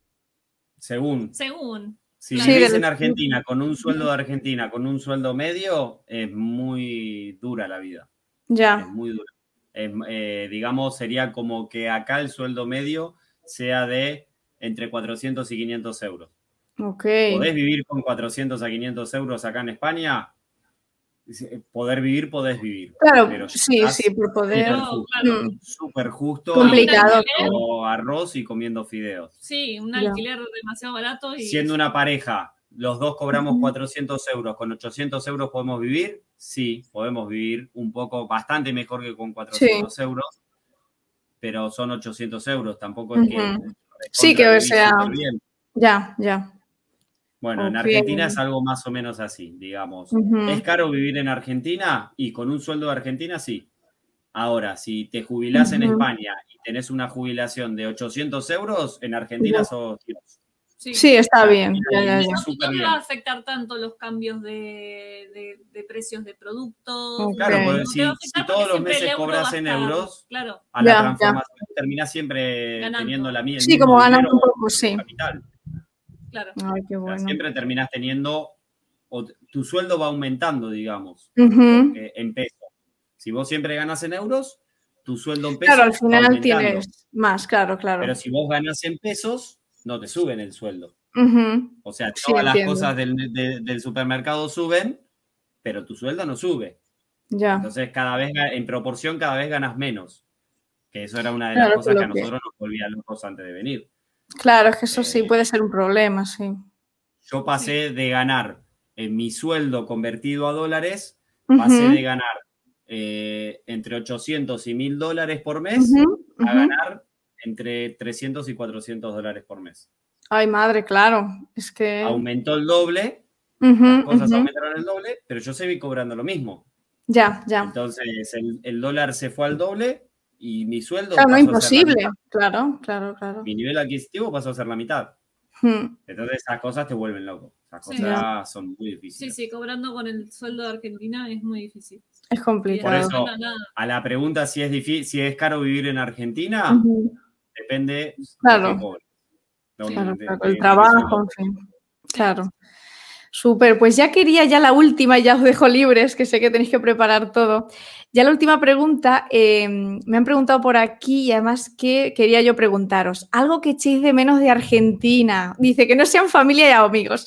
Según. Según. Si sí, vivís en Argentina con un sueldo de Argentina, con un sueldo medio, es muy dura la vida. Ya. Es muy dura. Es, eh, digamos, sería como que acá el sueldo medio sea de entre cuatrocientos y quinientos euros. Ok. ¿Podés vivir con cuatrocientos a quinientos euros acá en España? Poder vivir, podés vivir. Claro, pero sí, sí, por poder. Súper justo, claro. Súper justo. Complicado. Comiendo arroz y comiendo fideos. Sí, un alquiler yeah. demasiado barato. Y... Siendo una pareja, los dos cobramos uh-huh. cuatrocientos euros, ¿con ochocientos euros podemos vivir? Sí, podemos vivir un poco, bastante mejor que con cuatrocientos sí. euros, pero son ochocientos euros, tampoco es uh-huh. que... Sí, que o sea... Ya, ya. Bueno, okay. en Argentina es algo más o menos así, digamos. Uh-huh. ¿Es caro vivir en Argentina? Y con un sueldo de Argentina, sí. Ahora, si te jubilás uh-huh. en España y tenés una jubilación de ochocientos euros, en Argentina uh-huh. sos Dios. Sí, sí, está bien. Ya, ya, ya. No te va a afectar tanto los cambios de, de, de precios de productos. Okay. Claro, porque no si, si todos los meses cobras en euros, claro. a la ya, transformación ya. terminás siempre ganando. Teniendo la misma. Sí, como ganando un poco, sí. Capital. Claro. Ay, qué bueno. O sea, siempre terminás teniendo, o tu sueldo va aumentando, digamos, uh-huh. en pesos. Si vos siempre ganas en euros, tu sueldo en pesos claro, al final tienes más, claro, claro. Pero si vos ganas en pesos, no te suben el sueldo. Uh-huh. O sea, todas sí, las entiendo. cosas del, de, del supermercado suben, pero tu sueldo no sube. Ya. Entonces, cada vez, en proporción, cada vez ganas menos. Que eso era una de claro, las cosas que a que... nosotros nos volvía locos antes de venir. Claro, es que eso eh, sí puede ser un problema, sí. Yo pasé sí. de ganar en mi sueldo convertido a dólares, uh-huh. pasé de ganar eh, entre ochocientos y mil dólares por mes uh-huh. Uh-huh. a ganar entre trescientos y cuatrocientos dólares por mes. Ay, madre, claro. Es que... Aumentó el doble, uh-huh. las cosas uh-huh. aumentaron el doble, pero yo seguí cobrando lo mismo. Ya, ya. Entonces, el, el dólar se fue al doble y mi sueldo claro, pasó no, imposible. a ser la mitad. Claro, claro, claro. Mi nivel adquisitivo pasó a ser la mitad. Hmm. Entonces esas cosas te vuelven loco. Esas cosas sí. son muy difíciles. Sí, sí, cobrando con el sueldo de Argentina es muy difícil. Es complicado. Por eso, a la pregunta si es difícil, si es caro vivir en Argentina, uh-huh. depende claro. de qué cobres. Sí, claro, claro, el trabajo, en fin. Claro. Súper, pues ya quería ya la última, ya os dejo libres, que sé que tenéis que preparar todo. Ya la última pregunta, eh, me han preguntado por aquí y además que quería yo preguntaros, algo que echéis de menos de Argentina. Dice que no sean familia y amigos.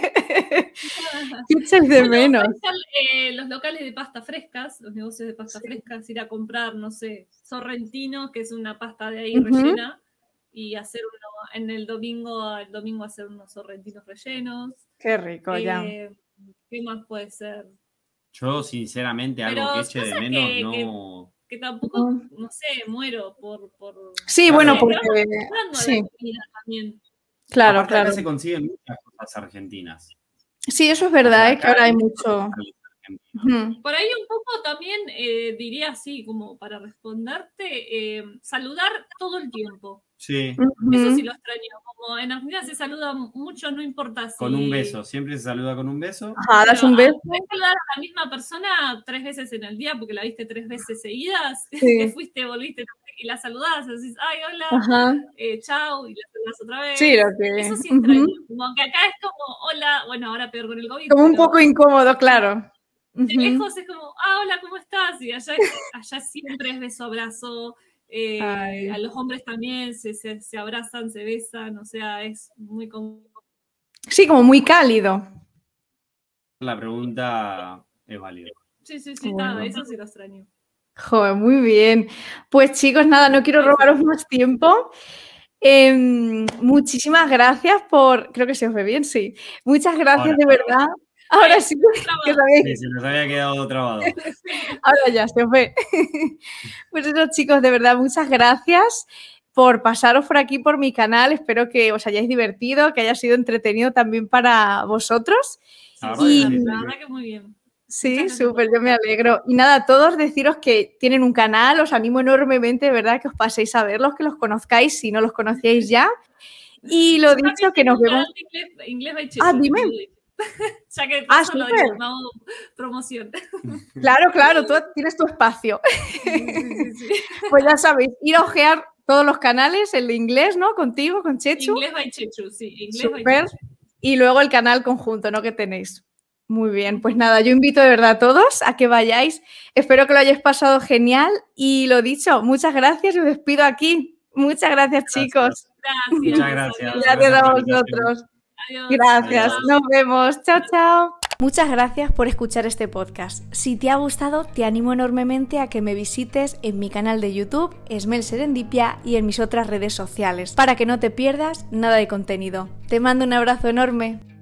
¿Qué echáis de bueno, menos? Eh, los locales de pasta frescas, los negocios de pasta sí. frescas, ir a comprar, no sé, sorrentino, que es una pasta de ahí uh-huh. rellena, y hacer uno, en el domingo, el domingo hacer unos sorrentinos rellenos. Qué rico, eh, ya. ¿Qué más puede ser? Yo, sinceramente, algo Pero que eche de menos, que, no... Que, que tampoco, no sé, muero por... por sí, bueno, porque... Sí. También. Claro, Aparte, claro. Acá se consiguen muchas cosas argentinas. Sí, eso es verdad, o sea, ¿eh? Que ahora hay mucho... Hmm. Por ahí un poco también eh, diría así, como para responderte, eh, saludar todo el tiempo. Sí. Uh-huh. Eso sí lo extraño. Como en Argentina se saluda mucho, no importa si... Con un beso, siempre se saluda con un beso. Ajá, das un beso. Puedes saludar a la misma persona tres veces en el día porque la viste tres veces seguidas. Sí. Te fuiste, volviste y la saludás, decís, ay, hola, eh, chau, y la saludás otra vez. Sí, lo que... Eso sí extraño. Uh-huh. Como que acá es como, hola, bueno, ahora peor con el COVID. Como un poco incómodo, claro. De lejos es como, ah, hola, ¿cómo estás? Y allá, allá siempre es beso, abrazo. Eh, a los hombres también se, se, se abrazan, se besan, o sea, es muy común. Sí, como muy cálido. La pregunta es válida. Sí, sí, sí, bueno. Nada, eso sí lo extraño. Joder, muy bien. Pues chicos, nada, no quiero robaros más tiempo. Eh, muchísimas gracias por, creo que se os ve bien, sí. Muchas gracias, Ahora. de verdad. Ahora sí, que sí, se nos había quedado trabado. Ahora ya se fue. Pues eso, chicos, de verdad, muchas gracias por pasaros por aquí por mi canal. Espero que os hayáis divertido, que haya sido entretenido también para vosotros. Sí, y... sí, la verdad que muy bien. Sí, súper, yo me alegro. Y nada, a todos deciros que tienen un canal, os animo enormemente, de verdad, que os paséis a verlos, que los conozcáis si no los conocíais ya. Y lo dicho, que nos vemos... Inglés, inglés by ah, dime. Ya que paso ah, lo llamado promoción. Claro, claro, tú tienes tu espacio. Sí, sí, sí. Pues ya sabéis, ir a ojear todos los canales, el de inglés, ¿no? Contigo, con Chechu. Inglés by Chechu, sí. Inglés Super. by Chechu. Y luego el canal conjunto, ¿no? Que tenéis. Muy bien, pues nada, yo invito de verdad a todos a que vayáis. Espero que lo hayáis pasado genial. Y lo dicho, muchas gracias y os despido aquí. Muchas gracias, gracias. chicos. Gracias. Muchas gracias. Gracias a vosotros. Adiós. Gracias, Adiós. Nos vemos. Chao, chao. Muchas gracias por escuchar este podcast. Si te ha gustado, te animo enormemente a que me visites en mi canal de YouTube, Esmel Serendipia, y en mis otras redes sociales, para que no te pierdas nada de contenido. Te mando un abrazo enorme.